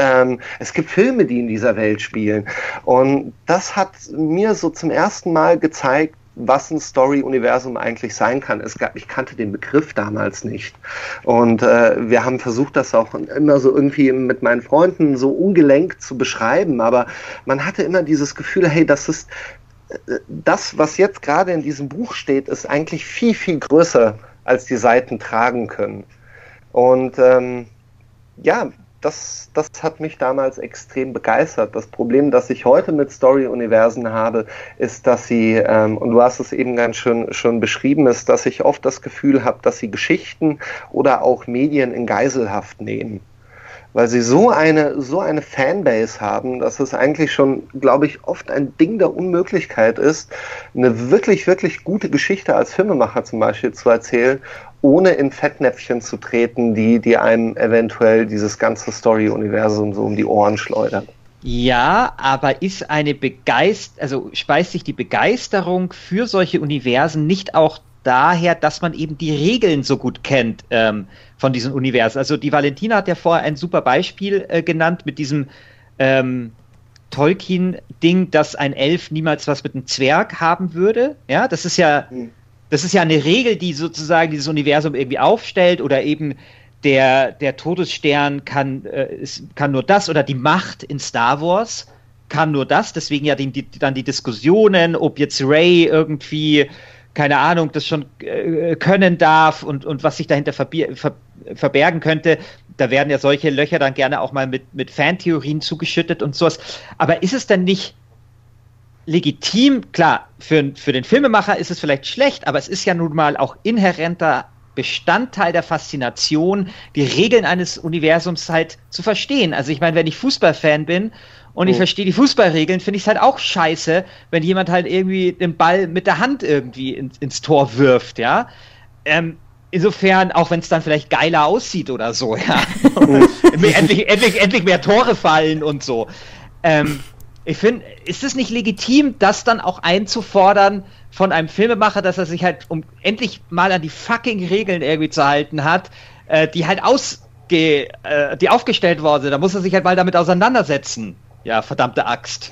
Filme, die in dieser Welt spielen, und das hat mir so zum ersten Mal gezeigt, was ein Story-Universum eigentlich sein kann. Ich kannte den Begriff damals nicht. Und wir haben versucht, das auch immer so irgendwie mit meinen Freunden so ungelenkt zu beschreiben, aber man hatte immer dieses Gefühl, hey, das ist das, was jetzt gerade in diesem Buch steht, ist eigentlich viel, viel größer, als die Seiten tragen können. Und das hat mich damals extrem begeistert. Das Problem, das ich heute mit Story-Universen habe, ist, dass sie, und du hast es eben ganz schön beschrieben, ist, dass ich oft das Gefühl habe, dass sie Geschichten oder auch Medien in Geiselhaft nehmen. Weil sie so eine Fanbase haben, dass es eigentlich schon, glaube ich, oft ein Ding der Unmöglichkeit ist, eine wirklich, wirklich gute Geschichte als Filmemacher zum Beispiel zu erzählen, ohne in Fettnäpfchen zu treten, die einem eventuell dieses ganze Story-Universum so um die Ohren schleudern. Ja, aber speist sich die Begeisterung für solche Universen nicht auch daher, dass man eben die Regeln so gut kennt von diesen Universen? Also die Valentina hat ja vorher ein super Beispiel genannt mit diesem Tolkien-Ding, dass ein Elf niemals was mit einem Zwerg haben würde. Ja, das ist ja eine Regel, die sozusagen dieses Universum irgendwie aufstellt, oder eben der Todesstern kann nur das, oder die Macht in Star Wars kann nur das. Deswegen ja dann die Diskussionen, ob jetzt Rey irgendwie, keine Ahnung, das schon können darf und was sich dahinter verbergen könnte. Da werden ja solche Löcher dann gerne auch mal mit Fantheorien zugeschüttet und sowas. Aber ist es denn nicht legitim? Klar, für den Filmemacher ist es vielleicht schlecht, aber es ist ja nun mal auch inhärenter Bestandteil der Faszination, die Regeln eines Universums halt zu verstehen. Also ich meine, wenn ich Fußballfan bin und ich verstehe die Fußballregeln, finde ich es halt auch scheiße, wenn jemand halt irgendwie den Ball mit der Hand irgendwie ins Tor wirft, ja. Insofern, auch wenn es dann vielleicht geiler aussieht oder so, ja. endlich mehr Tore fallen und so. Ich finde, ist es nicht legitim, das dann auch einzufordern von einem Filmemacher, dass er sich halt, um endlich mal an die fucking Regeln irgendwie zu halten hat, die halt die aufgestellt worden sind. Da muss er sich halt mal damit auseinandersetzen. Ja, verdammte Axt.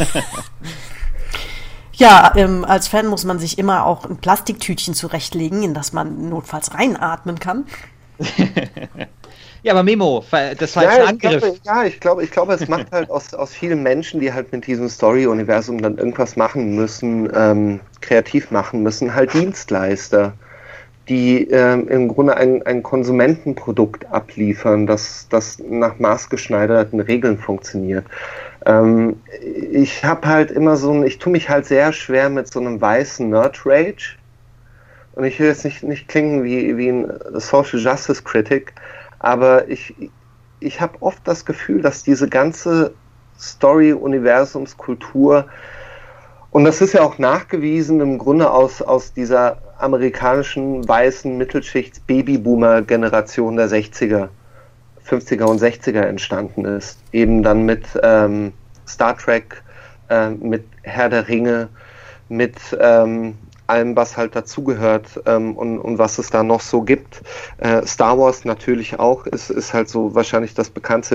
Ja, als Fan muss man sich immer auch ein Plastiktütchen zurechtlegen, in das man notfalls reinatmen kann. Ja, aber Memo, das war jetzt ein Angriff. Ich glaube, es macht halt aus vielen Menschen, die halt mit diesem Story-Universum dann irgendwas machen müssen, kreativ machen müssen, halt Dienstleister, die im Grunde ein Konsumentenprodukt abliefern, das nach maßgeschneiderten Regeln funktioniert. Ich habe halt immer ich tue mich halt sehr schwer mit so einem weißen Nerd-Rage. Und ich will jetzt nicht klingen wie ein Social Justice Critic, aber ich habe oft das Gefühl, dass diese ganze Story-Universumskultur, und das ist ja auch nachgewiesen, im Grunde aus dieser amerikanischen weißen Mittelschichts-Babyboomer-Generation der 60er, 50er und 60er entstanden ist. Eben dann mit Star Trek, mit Herr der Ringe, mit allem, was halt dazugehört und was es da noch so gibt. Star Wars natürlich auch, ist halt so wahrscheinlich das bekannteste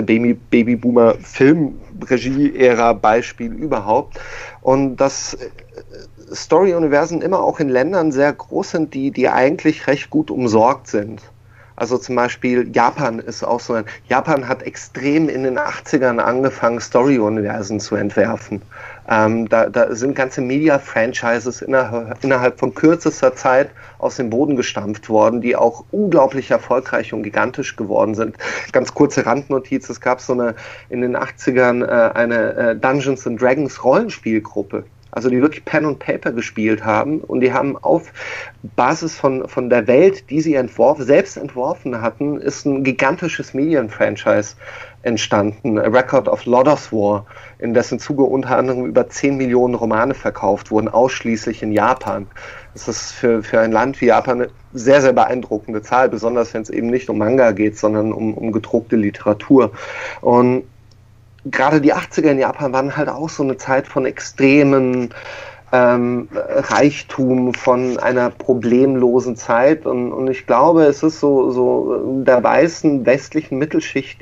Babyboomer-Film-Regie-Ära-Beispiel überhaupt. Und dass Story-Universen immer auch in Ländern sehr groß sind, die eigentlich recht gut umsorgt sind. Also zum Beispiel Japan ist auch so Japan hat extrem in den 80ern angefangen, Story-Universen zu entwerfen. Da sind ganze Media-Franchises innerhalb von kürzester Zeit aus dem Boden gestampft worden, die auch unglaublich erfolgreich und gigantisch geworden sind. Ganz kurze Randnotiz, es gab in den 80ern eine Dungeons & Dragons Rollenspielgruppe. Also die wirklich Pen und Paper gespielt haben, und die haben auf Basis von der Welt, die sie selbst entworfen hatten, ist ein gigantisches Medienfranchise entstanden, A Record of Lodoss War, in dessen Zuge unter anderem über 10 Millionen Romane verkauft wurden, ausschließlich in Japan. Das ist für ein Land wie Japan eine sehr, sehr beeindruckende Zahl, besonders wenn es eben nicht um Manga geht, sondern um gedruckte Literatur. Und gerade die 80er in Japan waren halt auch so eine Zeit von extremen Reichtum, von einer problemlosen Zeit. Und ich glaube, es ist so der weißen westlichen Mittelschicht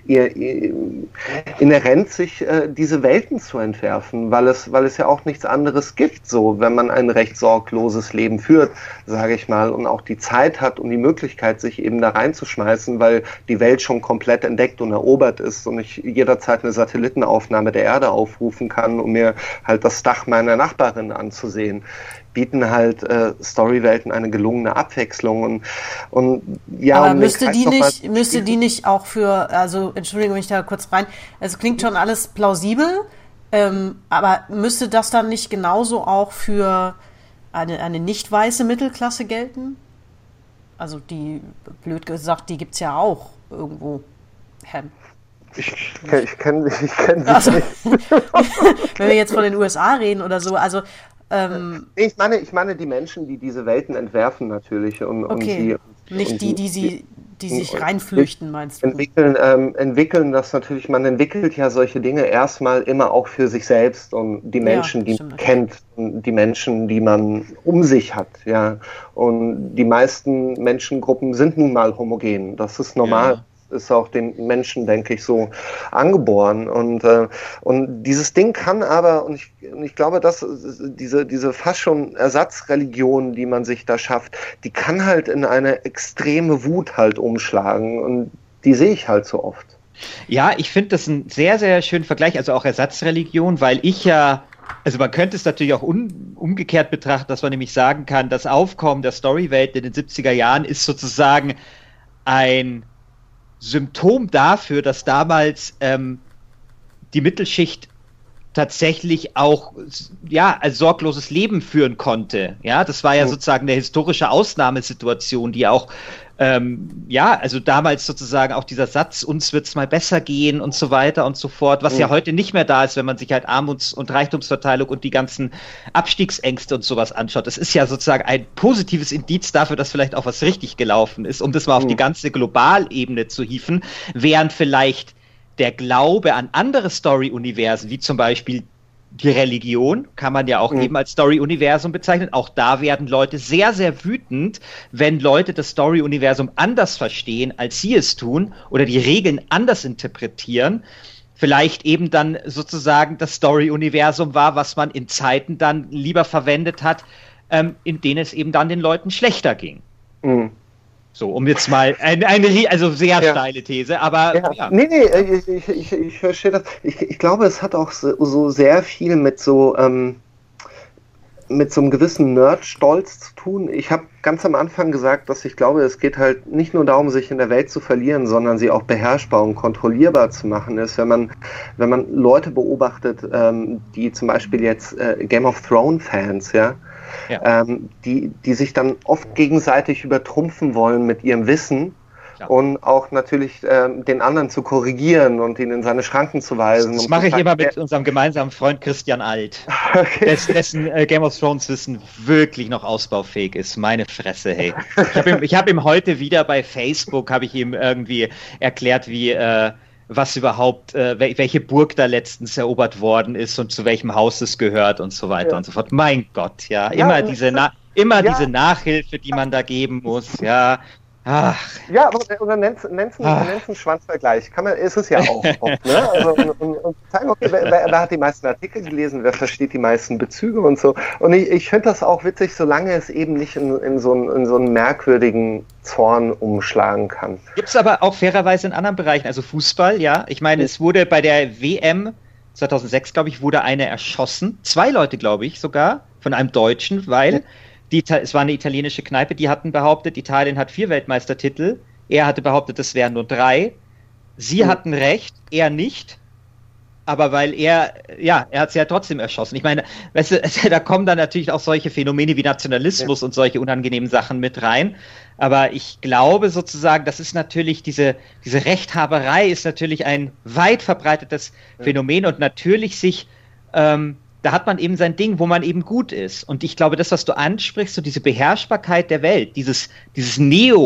inhärent, sich diese Welten zu entwerfen, weil es ja auch nichts anderes gibt, so wenn man ein recht sorgloses Leben führt, sage ich mal, und auch die Zeit hat und die Möglichkeit, sich eben da reinzuschmeißen, weil die Welt schon komplett entdeckt und erobert ist und ich jederzeit eine Satellitenaufnahme der Erde aufrufen kann, um mir halt das Dach meiner Nachbarin anzusehen, bieten halt Storywelten eine gelungene Abwechslung und ja. Aber müsste die nicht auch für, also Entschuldigung, wenn ich da kurz rein, es klingt schon alles plausibel, aber müsste das dann nicht genauso auch für eine nicht weiße Mittelklasse gelten? Also die, blöd gesagt, die gibt's ja auch irgendwo. Ich kenn sie also, nicht. Wenn wir jetzt von den USA reden oder so, also ich meine die Menschen, die diese Welten entwerfen natürlich und sie nicht die sich reinflüchten, meinst du? Entwickeln das natürlich, man entwickelt ja solche Dinge erstmal immer auch für sich selbst und die Menschen, die man kennt, und die Menschen, die man um sich hat, ja. Und die meisten Menschengruppen sind nun mal homogen. Das ist normal. Ja. Ist auch den Menschen, denke ich, so angeboren. Und dieses Ding kann aber, und ich glaube, dass diese fast schon Ersatzreligion, die man sich da schafft, die kann halt in eine extreme Wut halt umschlagen. Und die sehe ich halt so oft. Ja, ich finde das einen sehr, sehr schönen Vergleich, also auch Ersatzreligion, weil also man könnte es natürlich auch umgekehrt betrachten, dass man nämlich sagen kann, das Aufkommen der Storywelt in den 70er Jahren ist sozusagen ein Symptom dafür, dass damals die Mittelschicht tatsächlich auch ein sorgloses Leben führen konnte. Ja, das war ja sozusagen eine historische Ausnahmesituation, die auch also damals sozusagen auch dieser Satz, uns wird's mal besser gehen und so weiter und so fort, was ja heute nicht mehr da ist, wenn man sich halt Armuts- und Reichtumsverteilung und die ganzen Abstiegsängste und sowas anschaut. Das ist ja sozusagen ein positives Indiz dafür, dass vielleicht auch was richtig gelaufen ist, um das mal auf die ganze Globalebene zu hieven, während vielleicht der Glaube an andere Story-Universen, wie zum Beispiel die Religion, kann man ja auch eben als Story-Universum bezeichnen. Auch da werden Leute sehr, sehr wütend, wenn Leute das Story-Universum anders verstehen, als sie es tun, oder die Regeln anders interpretieren. Vielleicht eben dann sozusagen das Story-Universum war, was man in Zeiten dann lieber verwendet hat, in denen es eben dann den Leuten schlechter ging. So, um jetzt mal also sehr steile These, aber ja. Nee, ich verstehe das. Ich glaube, es hat auch so sehr viel mit so einem gewissen Nerd-Stolz zu tun. Ich habe ganz am Anfang gesagt, dass ich glaube, es geht halt nicht nur darum, sich in der Welt zu verlieren, sondern sie auch beherrschbar und kontrollierbar zu machen. Wenn man Leute beobachtet, die zum Beispiel jetzt Game of Thrones-Fans, die sich dann oft gegenseitig übertrumpfen wollen mit ihrem Wissen und auch natürlich den anderen zu korrigieren und ihn in seine Schranken zu weisen. Das mache ich immer mit unserem gemeinsamen Freund Christian Alt, dessen Game of Thrones Wissen wirklich noch ausbaufähig ist. Meine Fresse, hey. Ich hab ihm heute wieder bei Facebook, habe ich ihm irgendwie erklärt, wie was überhaupt, welche Burg da letztens erobert worden ist und zu welchem Haus es gehört und so weiter und so fort. Mein Gott, immer diese Nachhilfe, die man da geben muss, Ach. Ja, oder nenn's einen Schwanzvergleich. Ist es ja auch oft, ne? Also, und sagen, okay, wer hat die meisten Artikel gelesen, wer versteht die meisten Bezüge und so. Und ich finde das auch witzig, solange es eben nicht in so einen merkwürdigen Zorn umschlagen kann. Gibt es aber auch fairerweise in anderen Bereichen, also Fußball, ja. Ich meine, es wurde bei der WM 2006, glaube ich, wurde einer erschossen. 2 Leute, glaube ich, sogar, von einem Deutschen, weil es war eine italienische Kneipe, die hatten behauptet, Italien hat 4 Weltmeistertitel. Er hatte behauptet, es wären nur 3. Sie hatten recht, er nicht. Aber weil er hat sie ja trotzdem erschossen. Ich meine, weißt du, da kommen dann natürlich auch solche Phänomene wie Nationalismus und solche unangenehmen Sachen mit rein. Aber ich glaube sozusagen, das ist natürlich, diese Rechthaberei ist natürlich ein weit verbreitetes Phänomen und natürlich da hat man eben sein Ding, wo man eben gut ist. Und ich glaube, das, was du ansprichst, so diese Beherrschbarkeit der Welt, dieses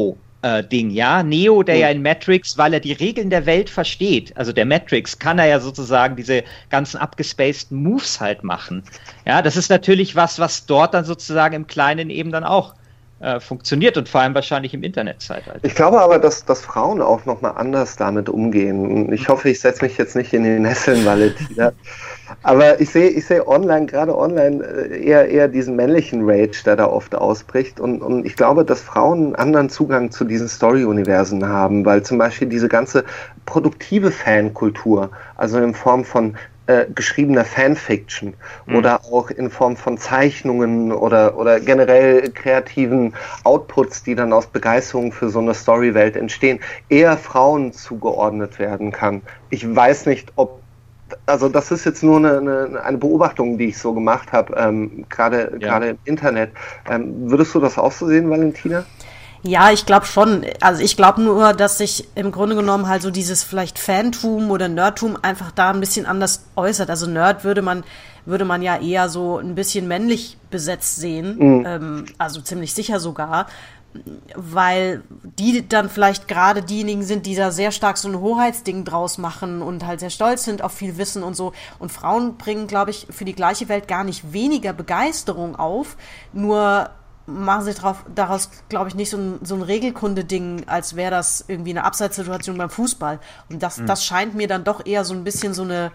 Ding, ja. Neo, der ja in Matrix, weil er die Regeln der Welt versteht, also der Matrix, kann er ja sozusagen diese ganzen abgespaceden Moves halt machen. Ja, das ist natürlich was dort dann sozusagen im Kleinen eben dann auch funktioniert und vor allem wahrscheinlich im Internetzeitalter. Ich glaube aber, dass Frauen auch nochmal anders damit umgehen. Ich hoffe, ich setze mich jetzt nicht in die Nesseln, Valentina. Aber ich sehe online, gerade online, eher diesen männlichen Rage, der da oft ausbricht. Und ich glaube, dass Frauen einen anderen Zugang zu diesen Story-Universen haben, weil zum Beispiel diese ganze produktive Fankultur, also in Form von geschriebener Fanfiction oder auch in Form von Zeichnungen oder generell kreativen Outputs, die dann aus Begeisterung für so eine Storywelt entstehen, eher Frauen zugeordnet werden kann. Ich weiß nicht, also das ist jetzt nur eine Beobachtung, die ich so gemacht habe, gerade im Internet. Würdest du das auch so sehen, Valentina? Ja, ich glaube schon. Also ich glaube nur, dass sich im Grunde genommen halt so dieses vielleicht Fantum oder Nerdtum einfach da ein bisschen anders äußert. Also Nerd würde man ja eher so ein bisschen männlich besetzt sehen, also ziemlich sicher sogar, weil die dann vielleicht gerade diejenigen sind, die da sehr stark so ein Hoheitsding draus machen und halt sehr stolz sind auf viel Wissen und so. Und Frauen bringen, glaube ich, für die gleiche Welt gar nicht weniger Begeisterung auf, nur machen sie daraus, glaube ich, nicht so ein Regelkunde-Ding, als wäre das irgendwie eine Abseitssituation beim Fußball. Und das scheint mir dann doch eher so ein bisschen so ein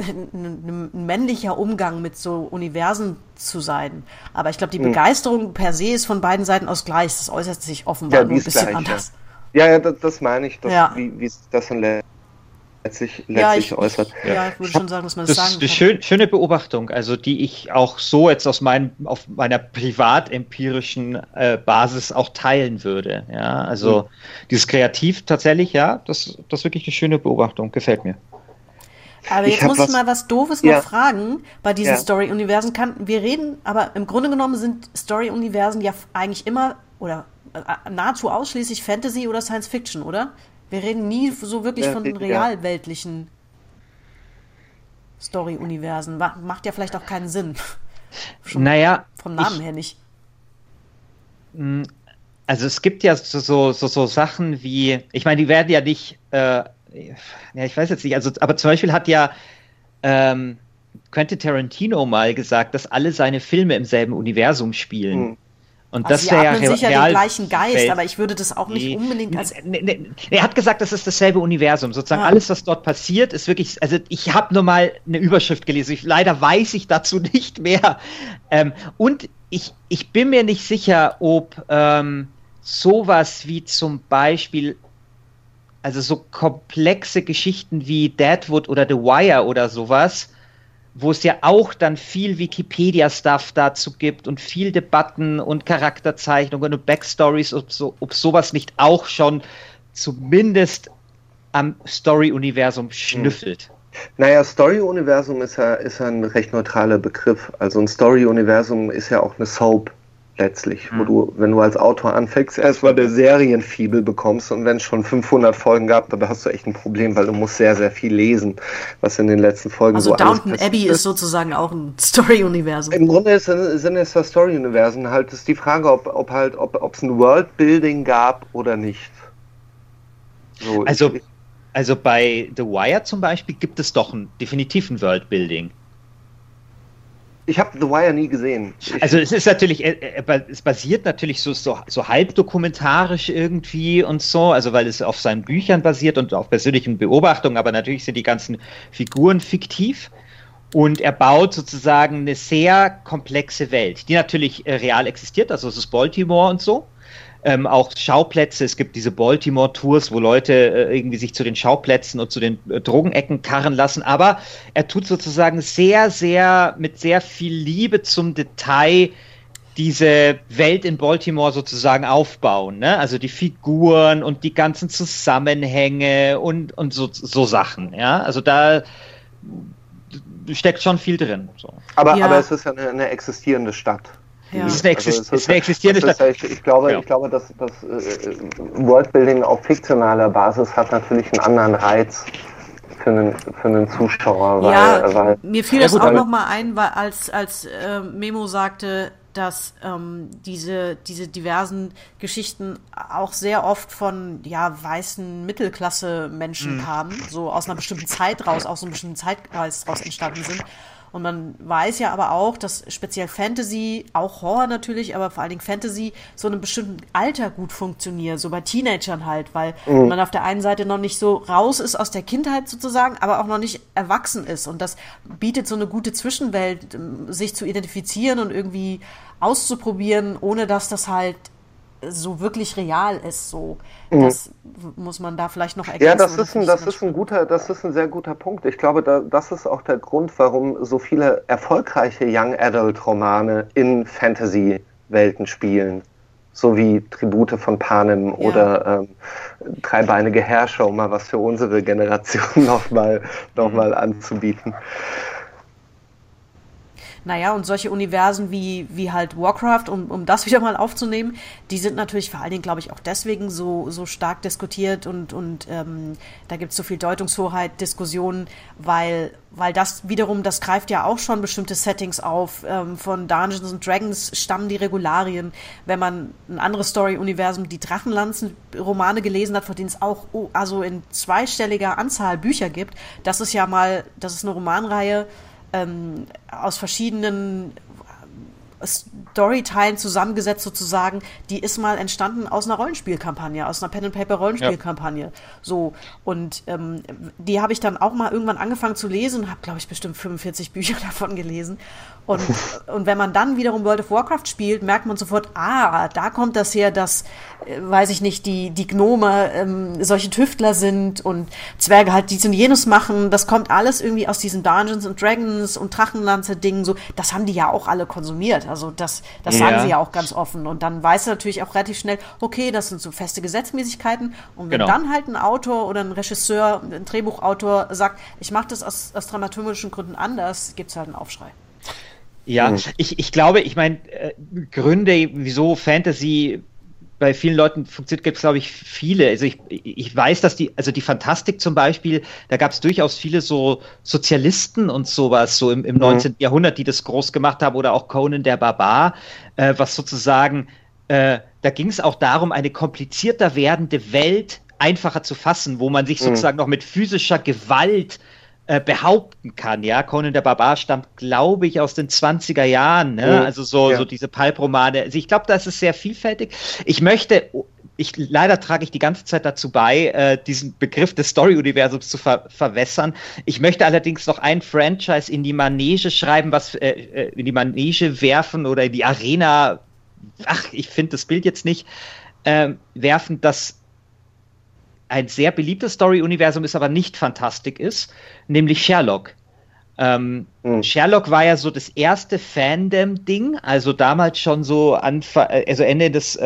männlicher Umgang mit so Universen zu sein. Aber ich glaube, die Begeisterung per se ist von beiden Seiten aus gleich. Das äußert sich offenbar nur ein bisschen anders. Ja, das meine ich, wie sich das dann letztlich äußert. Ja, ich würde schon sagen, dass man das sagen kann. Das ist eine schöne Beobachtung, also die ich auch so jetzt auf meiner privat-empirischen Basis auch teilen würde. Ja, also dieses Kreativ tatsächlich, ja, das ist wirklich eine schöne Beobachtung, gefällt mir. Aber jetzt muss ich mal was Doofes noch fragen bei diesen Story-Universen. Wir reden, aber im Grunde genommen sind Story-Universen ja eigentlich immer oder nahezu ausschließlich Fantasy oder Science-Fiction, oder? Wir reden nie so wirklich von den realweltlichen Story-Universen. Macht ja vielleicht auch keinen Sinn. Vom Namen her nicht. Also es gibt ja so Sachen wie, ich meine, die werden ja nicht, ich weiß jetzt nicht, also, aber zum Beispiel hat ja Quentin Tarantino mal gesagt, dass alle seine Filme im selben Universum spielen. Und also das wäre ja sicher den gleichen Geist, aber ich würde das auch nicht unbedingt als... Er hat gesagt, das ist dasselbe Universum. Sozusagen alles, was dort passiert, ist wirklich... Also ich habe nur mal eine Überschrift gelesen. Leider weiß ich dazu nicht mehr. Und ich bin mir nicht sicher, ob sowas wie zum Beispiel... Also so komplexe Geschichten wie Deadwood oder The Wire oder sowas, wo es ja auch dann viel Wikipedia-Stuff dazu gibt und viel Debatten und Charakterzeichnungen und Backstories, ob sowas nicht auch schon zumindest am Story-Universum schnüffelt. Naja, Story-Universum ist ja ein recht neutraler Begriff. Also ein Story-Universum ist ja auch eine Soap letztlich, wo du, wenn du als Autor anfängst, erstmal der Serienfibel bekommst und wenn es schon 500 Folgen gab, dann hast du echt ein Problem, weil du musst sehr, sehr viel lesen, was in den letzten Folgen also Downton Abbey ist sozusagen auch ein Story-Universum. Im Grunde sind es ja Story-Universen, halt ist die Frage, ob es ein Worldbuilding gab oder nicht. So, also bei The Wire zum Beispiel gibt es doch definitiv ein Worldbuilding. Ich habe The Wire nie gesehen. Also es ist natürlich, es basiert natürlich so halbdokumentarisch irgendwie und so, also weil es auf seinen Büchern basiert und auf persönlichen Beobachtungen, aber natürlich sind die ganzen Figuren fiktiv und er baut sozusagen eine sehr komplexe Welt, die natürlich real existiert, also es ist Baltimore und so. Auch Schauplätze, es gibt diese Baltimore-Tours, wo Leute irgendwie sich zu den Schauplätzen und zu den Drogenecken karren lassen, aber er tut sozusagen sehr, sehr, mit sehr viel Liebe zum Detail diese Welt in Baltimore sozusagen aufbauen, ne? Also die Figuren und die ganzen Zusammenhänge und so Sachen, ja, also da steckt schon viel drin. So. Aber es ist ja eine existierende Stadt. Ja. Es ist eine existierende Stadt. Ich glaube, dass das Worldbuilding auf fiktionaler Basis hat natürlich einen anderen Reiz für einen Zuschauer. Weil mir fiel das auch nochmal ein, weil als Memo sagte, dass diese diversen Geschichten auch sehr oft von weißen Mittelklasse-Menschen kamen, so aus einer bestimmten Zeit raus, aus einem bestimmten Zeitkreis raus entstanden sind. Und man weiß ja aber auch, dass speziell Fantasy, auch Horror natürlich, aber vor allen Dingen Fantasy, so in einem bestimmten Alter gut funktioniert, so bei Teenagern halt, weil man auf der einen Seite noch nicht so raus ist aus der Kindheit sozusagen, aber auch noch nicht erwachsen ist. Und das bietet so eine gute Zwischenwelt, sich zu identifizieren und irgendwie auszuprobieren, ohne dass das halt so wirklich real ist, so. Das muss man da vielleicht noch ergänzen. Ja, das ist ein sehr guter Punkt. Ich glaube, das ist auch der Grund, warum so viele erfolgreiche Young Adult Romane in Fantasy-Welten spielen. So wie Tribute von Panem oder Dreibeinige Herrscher, um mal was für unsere Generation noch mal anzubieten. Naja, und solche Universen wie halt Warcraft, um das wieder mal aufzunehmen, die sind natürlich vor allen Dingen, glaube ich, auch deswegen so stark diskutiert und da gibt es so viel Deutungshoheit, Diskussionen, weil das wiederum, das greift ja auch schon bestimmte Settings auf. Von Dungeons and Dragons stammen die Regularien. Wenn man ein anderes Story-Universum, die Drachenlanzen-Romane gelesen hat, von denen es auch also in zweistelliger Anzahl Bücher gibt, das ist eine Romanreihe, aus verschiedenen Storyteilen zusammengesetzt sozusagen, die ist mal entstanden aus einer Rollenspielkampagne, aus einer Pen-and-Paper-Rollenspielkampagne. Ja. So, und die habe ich dann auch mal irgendwann angefangen zu lesen und habe, glaube ich, bestimmt 45 Bücher davon gelesen. Und wenn man dann wiederum World of Warcraft spielt, merkt man sofort, da kommt das her, dass, weiß ich nicht, die Gnome solche Tüftler sind und Zwerge halt dies und jenes machen. Das kommt alles irgendwie aus diesen Dungeons and Dragons und Drachenlanze-Dingen so. Das haben die ja auch alle konsumiert. Also das sagen sie ja auch ganz offen. Und dann weiß er natürlich auch relativ schnell, okay, das sind so feste Gesetzmäßigkeiten. Und wenn dann halt ein Autor oder ein Regisseur, ein Drehbuchautor sagt, ich mache das aus dramaturgischen Gründen anders, gibt es halt einen Aufschrei. Ja, ich glaube, Gründe, wieso Fantasy bei vielen Leuten funktioniert, gibt es, glaube ich, viele. Also ich weiß, dass die Fantastik zum Beispiel, da gab es durchaus viele so Sozialisten und sowas, so im 19. Jahrhundert, die das groß gemacht haben, oder auch Conan der Barbar, was sozusagen, da ging es auch darum, eine komplizierter werdende Welt einfacher zu fassen, wo man sich sozusagen noch mit physischer Gewalt behaupten kann, ja. Conan der Barbar stammt, glaube ich, aus den 20er Jahren, ne? Also so diese Pulp-Romane. Also ich glaube, das ist sehr vielfältig. Leider trage ich die ganze Zeit dazu bei, diesen Begriff des Story-Universums zu verwässern. Ich möchte allerdings noch ein Franchise in die Manege schreiben, in die Manege werfen oder in die Arena, ich finde das Bild jetzt nicht, werfen, das ein sehr beliebtes Story-Universum ist, aber nicht Fantastik ist, nämlich Sherlock. Sherlock war ja so das erste Fandom-Ding, also damals schon so Ende des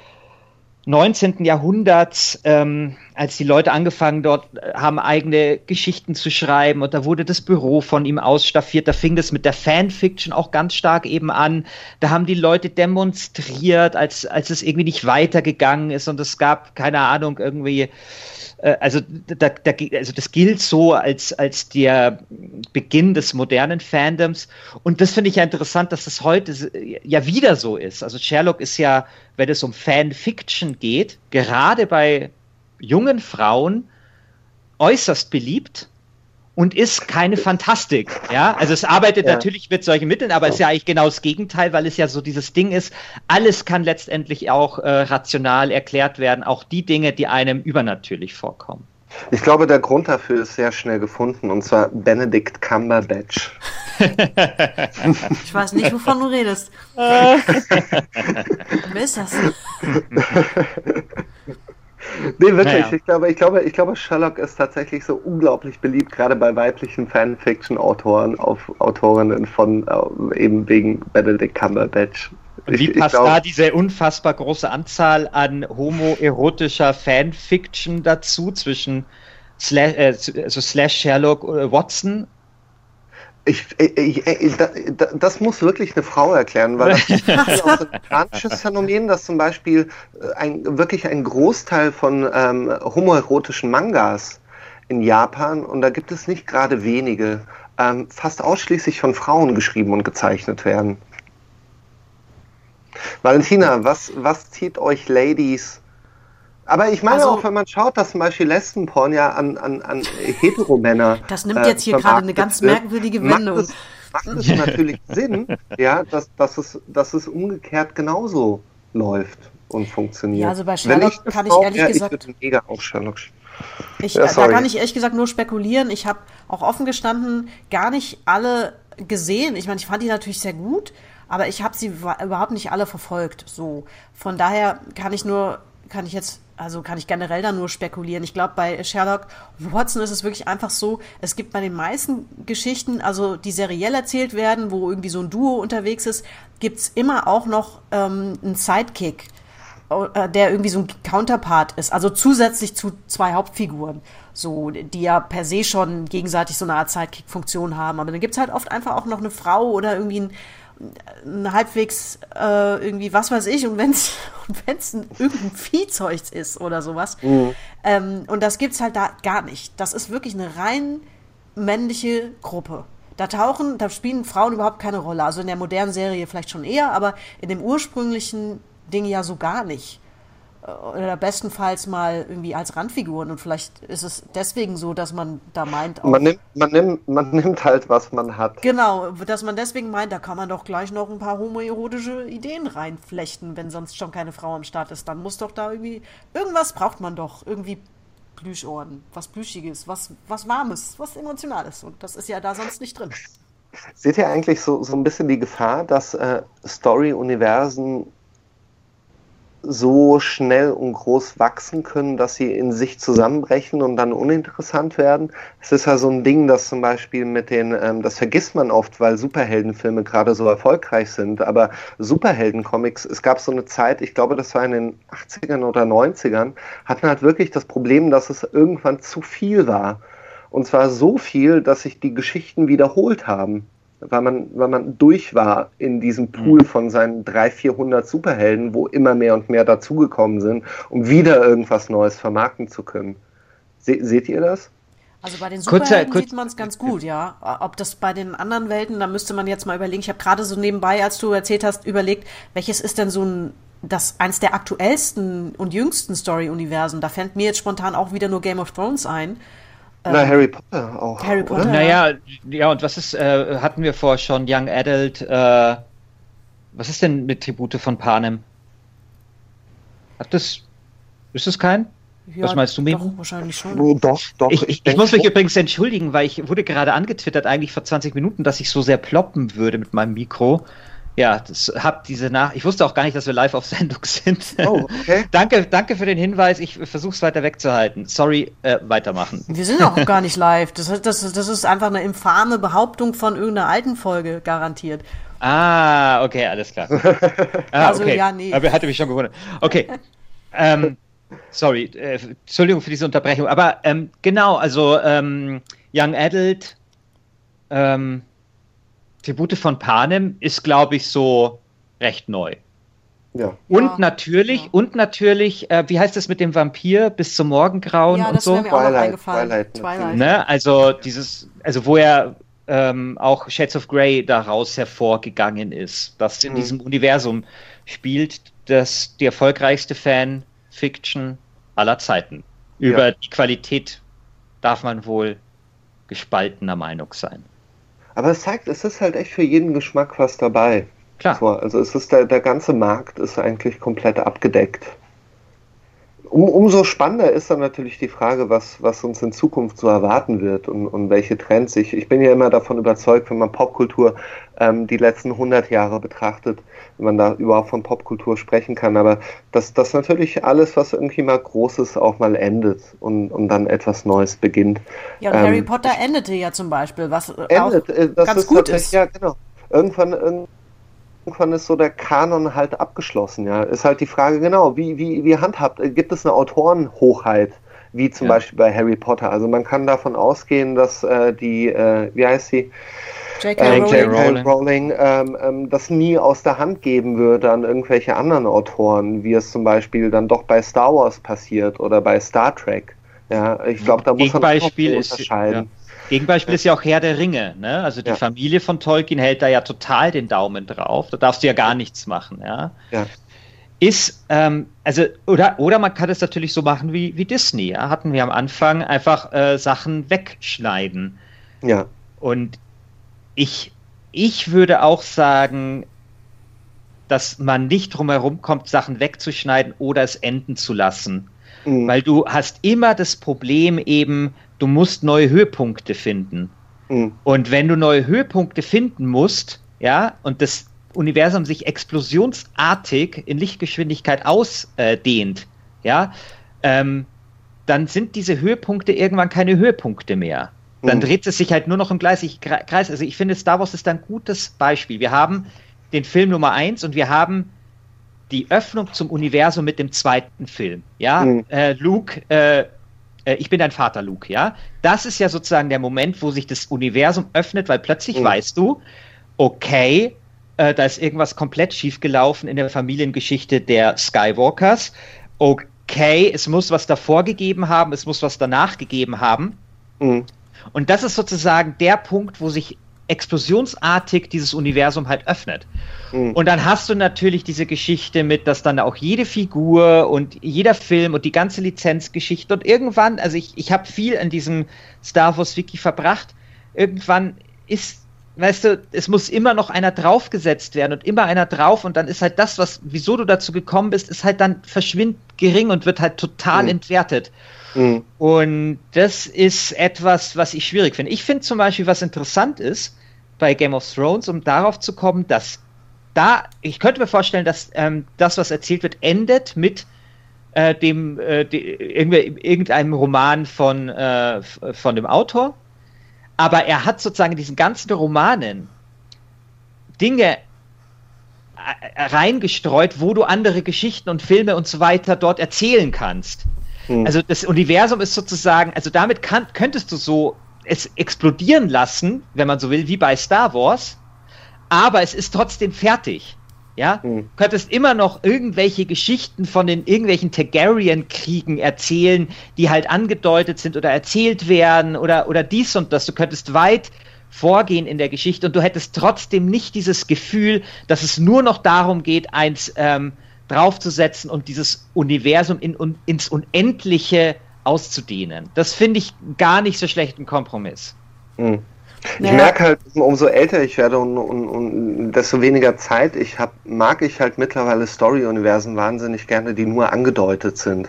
19. Jahrhunderts, als die Leute angefangen dort haben, eigene Geschichten zu schreiben, und da wurde das Büro von ihm ausstaffiert, da fing das mit der Fanfiction auch ganz stark eben an, da haben die Leute demonstriert, als es irgendwie nicht weitergegangen ist, und es gab, keine Ahnung, irgendwie, also das gilt so als der Beginn des modernen Fandoms, und das finde ich ja interessant, dass das heute ja wieder so ist. Also Sherlock ist ja, wenn es um Fanfiction geht, gerade bei jungen Frauen äußerst beliebt und ist keine Fantastik. Ja, also es arbeitet natürlich mit solchen Mitteln, aber es ist ja eigentlich genau das Gegenteil, weil es ja so dieses Ding ist, alles kann letztendlich auch rational erklärt werden, auch die Dinge, die einem übernatürlich vorkommen. Ich glaube, der Grund dafür ist sehr schnell gefunden, und zwar Benedict Cumberbatch. Ich weiß nicht, wovon du redest. Wer ist das? Nee, wirklich. Naja. Ich glaube, Sherlock ist tatsächlich so unglaublich beliebt, gerade bei weiblichen Fanfiction-Autorinnen von eben wegen Benedict Cumberbatch. Wie passt da diese unfassbar große Anzahl an homoerotischer Fanfiction dazu zwischen Slash Sherlock Watson? Das muss wirklich eine Frau erklären, weil das ist auch ein japanisches Phänomen, dass zum Beispiel wirklich ein Großteil von homoerotischen Mangas in Japan, und da gibt es nicht gerade wenige, fast ausschließlich von Frauen geschrieben und gezeichnet werden. Valentina, was zieht euch Ladies? Aber ich meine Also- auch, wenn man schaut, dass zum Beispiel Lesbenporn ja an Heteromänner Das nimmt jetzt hier gerade eine ganz merkwürdige Wendung. Macht es natürlich Sinn, ja, dass es umgekehrt genauso läuft und funktioniert. Ja, also bei Wenn Sherlock eine kann ich Frau ehrlich wäre, gesagt- Ich würde mega auf Sherlock. Da sorry. kann ich ehrlich gesagt nur spekulieren. Ich habe auch offen gestanden gar nicht alle gesehen. Ich meine, ich fand die natürlich sehr gut, aber ich habe sie überhaupt nicht alle verfolgt. So, von daher kann ich generell da nur spekulieren. Ich glaube, bei Sherlock Watson ist es wirklich einfach so, es gibt bei den meisten Geschichten, also die seriell erzählt werden, wo irgendwie so ein Duo unterwegs ist, gibt's immer auch noch einen Sidekick, der irgendwie so ein Counterpart ist, also zusätzlich zu zwei Hauptfiguren, so, die ja per se schon gegenseitig so eine Art Sidekick-Funktion haben. Aber dann gibt's halt oft einfach auch noch eine Frau oder irgendwie ein halbwegs irgendwie, was weiß ich, und wenn's irgendein Viehzeug ist oder sowas. Und das gibt's halt da gar nicht. Das ist wirklich eine rein männliche Gruppe. Da spielen Frauen überhaupt keine Rolle. Also in der modernen Serie vielleicht schon eher, aber in dem ursprünglichen Ding ja so gar nicht. Oder bestenfalls mal irgendwie als Randfiguren. Und vielleicht ist es deswegen so, dass man da meint, auch, Man nimmt halt, was man hat. genau, dass man deswegen meint, da kann man doch gleich noch ein paar homoerotische Ideen reinflechten, wenn sonst schon keine Frau am Start ist. Dann muss doch da irgendwas braucht man doch. Irgendwie Plüschohren, was Plüschiges, was Warmes, was Emotionales. Und das ist ja da sonst nicht drin. Seht ihr eigentlich so ein bisschen die Gefahr, dass Story-Universen so schnell und groß wachsen können, dass sie in sich zusammenbrechen und dann uninteressant werden? Es ist ja so ein Ding, das zum Beispiel mit das vergisst man oft, weil Superheldenfilme gerade so erfolgreich sind, aber Superheldencomics, es gab so eine Zeit, ich glaube, das war in den 80ern oder 90ern, hatten halt wirklich das Problem, dass es irgendwann zu viel war. Und zwar so viel, dass sich die Geschichten wiederholt haben. Weil man durch war in diesem Pool von seinen 300-400 Superhelden, wo immer mehr und mehr dazugekommen sind, um wieder irgendwas Neues vermarkten zu können. Seht ihr das? Also bei den Superhelden sieht man es ganz gut, ja. Ob das bei den anderen Welten, da müsste man jetzt mal überlegen. Ich habe gerade so nebenbei, als du erzählt hast, überlegt, welches ist denn eins der aktuellsten und jüngsten Story-Universen. Da fällt mir jetzt spontan auch wieder nur Game of Thrones ein. Na, Harry Potter auch. Harry Potter. Oder? Naja, ja, und was ist, hatten wir vorher schon, Young Adult, was ist denn mit Tribute von Panem? Ist es kein? Ja, Was meinst du, Memo? Doch, wahrscheinlich schon. Oh, doch. Ich muss mich übrigens entschuldigen, weil ich wurde gerade angetwittert, eigentlich vor 20 Minuten, dass ich so sehr ploppen würde mit meinem Mikro. Ja, ich wusste auch gar nicht, dass wir live auf Sendung sind. Oh, okay. Danke für den Hinweis. Ich versuche es weiter wegzuhalten. Sorry, weitermachen. Wir sind auch gar nicht live. Das ist einfach eine infame Behauptung von irgendeiner alten Folge, garantiert. Ah, okay, alles klar. Also, okay. ja, nee. Aber hatte mich schon gewundert. Okay. Sorry, Entschuldigung für diese Unterbrechung. Aber genau, also Young Adult, Tribute von Panem ist, glaube ich, so recht neu. Ja. Und natürlich, wie heißt das mit dem Vampir bis zum Morgengrauen Ja, und das so? wäre mir auch noch Twilight, eingefallen. Twilight. Ne? Also wo er auch Shades of Grey daraus hervorgegangen ist, das in diesem Universum spielt, das die erfolgreichste Fan-Fiction aller Zeiten. Über die Qualität darf man wohl gespaltener Meinung sein. Aber es ist halt echt für jeden Geschmack was dabei. Klar. So, also es ist der ganze Markt ist eigentlich komplett abgedeckt. Umso spannender ist dann natürlich die Frage, was uns in Zukunft so erwarten wird und welche Trends. Ich bin ja immer davon überzeugt, wenn man Popkultur die letzten 100 Jahre betrachtet, wenn man da überhaupt von Popkultur sprechen kann, aber dass natürlich alles, was irgendwie mal Großes auch mal endet und dann etwas Neues beginnt. Ja, und Harry Potter endete ja zum Beispiel, was endet, auch das ganz ist gut ist. Ja, genau. Irgendwann ist so der Kanon halt abgeschlossen, ja. Ist halt die Frage, genau, wie handhabt, gibt es eine Autorenhochheit, wie zum Beispiel bei Harry Potter? Also man kann davon ausgehen, dass wie heißt sie? J.K. Rowling das nie aus der Hand geben würde an irgendwelche anderen Autoren, wie es zum Beispiel dann doch bei Star Wars passiert oder bei Star Trek. Ja, ich glaube, da muss man auch unterscheiden. Gegenbeispiel ist ja auch Herr der Ringe, ne? Also die Familie von Tolkien hält da ja total den Daumen drauf. Da darfst du ja gar nichts machen, ja. Ist, oder man kann es natürlich so machen wie Disney, ja? Hatten wir am Anfang einfach Sachen wegschneiden. Ja. Und ich würde auch sagen, dass man nicht drum herum kommt, Sachen wegzuschneiden oder es enden zu lassen. Weil du hast immer das Problem eben, du musst neue Höhepunkte finden. Und wenn du neue Höhepunkte finden musst, ja, und das Universum sich explosionsartig in Lichtgeschwindigkeit ausdehnt, ja, dann sind diese Höhepunkte irgendwann keine Höhepunkte mehr. Dann dreht es sich halt nur noch im gleichen Kreis. Also ich finde, Star Wars ist ein gutes Beispiel. Wir haben den Film Nummer 1 und wir haben die Öffnung zum Universum mit dem zweiten Film. Ja, Luke, ich bin dein Vater, Luke, ja. Das ist ja sozusagen der Moment, wo sich das Universum öffnet, weil plötzlich weißt du, okay, da ist irgendwas komplett schiefgelaufen in der Familiengeschichte der Skywalkers. Okay, es muss was davor gegeben haben, es muss was danach gegeben haben. Und das ist sozusagen der Punkt, wo sich explosionsartig dieses Universum halt öffnet. Und dann hast du natürlich diese Geschichte mit, dass dann auch jede Figur und jeder Film und die ganze Lizenzgeschichte und irgendwann, also ich habe viel an diesem Star Wars Wiki verbracht, irgendwann ist, weißt du, es muss immer noch einer draufgesetzt werden und immer einer drauf und dann ist halt das, wieso du dazu gekommen bist, ist halt dann verschwindend gering und wird halt total entwertet. Und das ist etwas, was ich schwierig finde. Ich finde zum Beispiel, was interessant ist bei Game of Thrones, um darauf zu kommen, dass ich könnte mir vorstellen, dass das, was erzählt wird, endet mit irgendeinem Roman von dem Autor. Aber er hat sozusagen in diesen ganzen Romanen Dinge reingestreut, wo du andere Geschichten und Filme und so weiter dort erzählen kannst. Also das Universum ist sozusagen, also damit könntest du so es explodieren lassen, wenn man so will, wie bei Star Wars, aber es ist trotzdem fertig. Ja? Könntest immer noch irgendwelche Geschichten von irgendwelchen Targaryen-Kriegen erzählen, die halt angedeutet sind oder erzählt werden oder dies und das. Du könntest weit vorgehen in der Geschichte und du hättest trotzdem nicht dieses Gefühl, dass es nur noch darum geht, eins draufzusetzen und dieses Universum ins Unendliche auszudehnen. Das finde ich gar nicht so schlecht ein Kompromiss. Ich merke halt, umso älter ich werde und desto weniger Zeit mag ich halt mittlerweile Story-Universen wahnsinnig gerne, die nur angedeutet sind.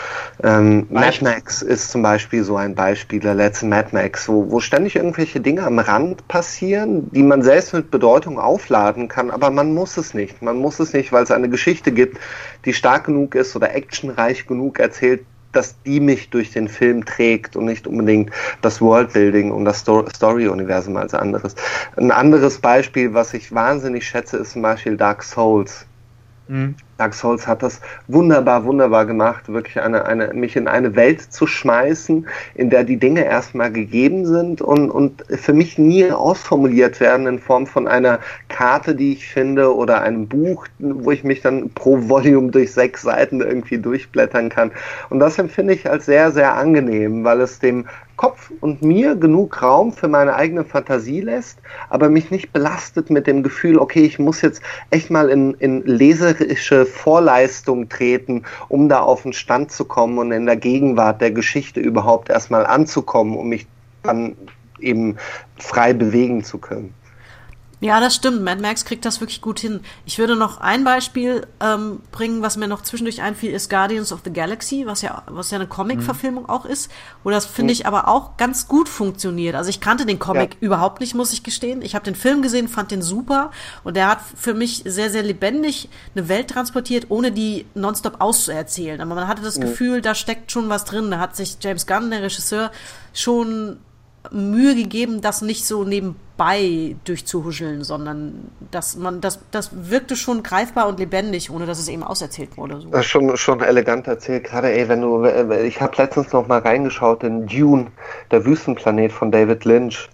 Mad Max ist zum Beispiel so ein Beispiel, der letzte Mad Max, wo ständig irgendwelche Dinge am Rand passieren, die man selbst mit Bedeutung aufladen kann, aber man muss es nicht. Man muss es nicht, weil es eine Geschichte gibt, die stark genug ist oder actionreich genug erzählt, dass die mich durch den Film trägt und nicht unbedingt das Worldbuilding und das Story-Universum als anderes. Ein anderes Beispiel, was ich wahnsinnig schätze, ist zum Beispiel Dark Souls. Dark Souls hat das wunderbar gemacht, wirklich mich in eine Welt zu schmeißen, in der die Dinge erstmal gegeben sind und für mich nie ausformuliert werden in Form von einer Karte, die ich finde, oder einem Buch, wo ich mich dann pro Volume durch 6 Seiten irgendwie durchblättern kann. Und das empfinde ich als sehr, sehr angenehm, weil es dem Kopf und mir genug Raum für meine eigene Fantasie lässt, aber mich nicht belastet mit dem Gefühl, okay, ich muss jetzt echt mal in leserische Vorleistung treten, um da auf den Stand zu kommen und in der Gegenwart der Geschichte überhaupt erstmal anzukommen, um mich dann eben frei bewegen zu können. Ja, das stimmt. Mad Max kriegt das wirklich gut hin. Ich würde noch ein Beispiel bringen, was mir noch zwischendurch einfiel, ist Guardians of the Galaxy, was ja eine Comic-Verfilmung auch ist, wo das, finde ich, aber auch ganz gut funktioniert. Also ich kannte den Comic überhaupt nicht, muss ich gestehen. Ich habe den Film gesehen, fand den super und der hat für mich sehr, sehr lebendig eine Welt transportiert, ohne die nonstop auszuerzählen. Aber man hatte das Gefühl, da steckt schon was drin. Da hat sich James Gunn, der Regisseur, schon Mühe gegeben, das nicht so nebenbei durchzuhuscheln, sondern das wirkte schon greifbar und lebendig, ohne dass es eben auserzählt wurde. So. Das ist schon elegant erzählt, gerade ich habe letztens noch mal reingeschaut in Dune, der Wüstenplanet von David Lynch,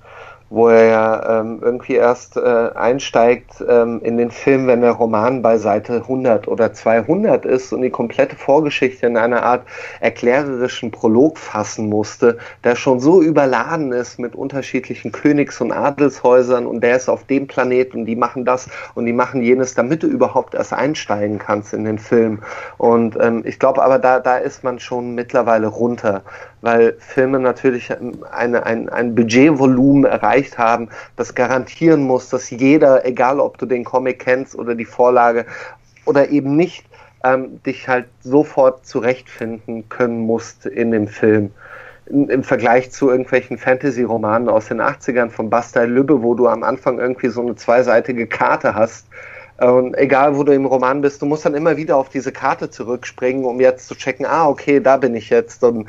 wo er ja irgendwie erst einsteigt in den Film, wenn der Roman bei Seite 100 oder 200 ist und die komplette Vorgeschichte in einer Art erklärerischen Prolog fassen musste, der schon so überladen ist mit unterschiedlichen Königs- und Adelshäusern und der ist auf dem Planeten und die machen das und die machen jenes, damit du überhaupt erst einsteigen kannst in den Film. Und ich glaube aber, da ist man schon mittlerweile runter, weil Filme natürlich ein Budgetvolumen erreicht haben, das garantieren muss, dass jeder, egal ob du den Comic kennst oder die Vorlage oder eben nicht, dich halt sofort zurechtfinden können musst in dem Film. Im Vergleich zu irgendwelchen Fantasy-Romanen aus den 80ern von Bastei Lübbe, wo du am Anfang irgendwie so eine zweiseitige Karte hast. Und egal, wo du im Roman bist, du musst dann immer wieder auf diese Karte zurückspringen, um jetzt zu checken, okay, da bin ich jetzt. Und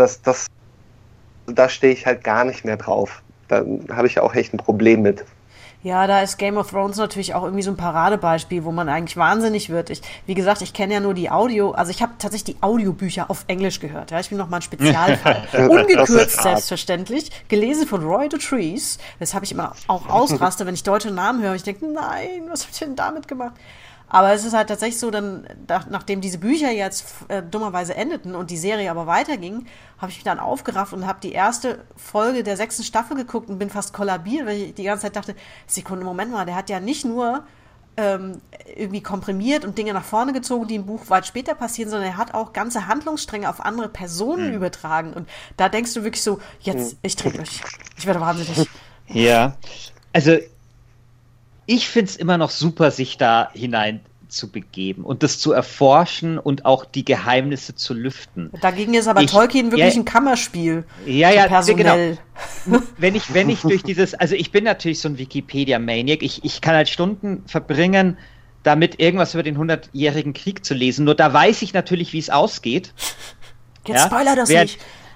da stehe ich halt gar nicht mehr drauf. Da habe ich auch echt ein Problem mit. Ja, da ist Game of Thrones natürlich auch irgendwie so ein Paradebeispiel, wo man eigentlich wahnsinnig wird. Wie gesagt, ich kenne ja nur die also ich habe tatsächlich die Audiobücher auf Englisch gehört. Ja, ich bin nochmal ein Spezialfall. Ungekürzt selbstverständlich, gelesen von Roy Dotrice, weshalb ich immer auch ausraste, wenn ich deutsche Namen höre. Ich denke, nein, was habt ihr denn damit gemacht? Aber es ist halt tatsächlich so, dann, nachdem diese Bücher jetzt dummerweise endeten und die Serie aber weiterging, habe ich mich dann aufgerafft und habe die erste Folge der 6. Staffel geguckt und bin fast kollabiert, weil ich die ganze Zeit dachte, Sekunde, Moment mal, der hat ja nicht nur irgendwie komprimiert und Dinge nach vorne gezogen, die im Buch weit später passieren, sondern er hat auch ganze Handlungsstränge auf andere Personen übertragen. Und da denkst du wirklich so, jetzt, ich drehe durch. Ich werde wahnsinnig. Ja, also ich finde es immer noch super, sich da hinein zu begeben und das zu erforschen und auch die Geheimnisse zu lüften. Dagegen ist aber Tolkien wirklich ein Kammerspiel. Ja, personell. Genau. Wenn ich durch dieses, also ich bin natürlich so ein Wikipedia-Maniac, ich kann halt Stunden verbringen, damit irgendwas über den 100-jährigen Krieg zu lesen, nur da weiß ich natürlich, wie es ausgeht. Jetzt spoiler das nicht.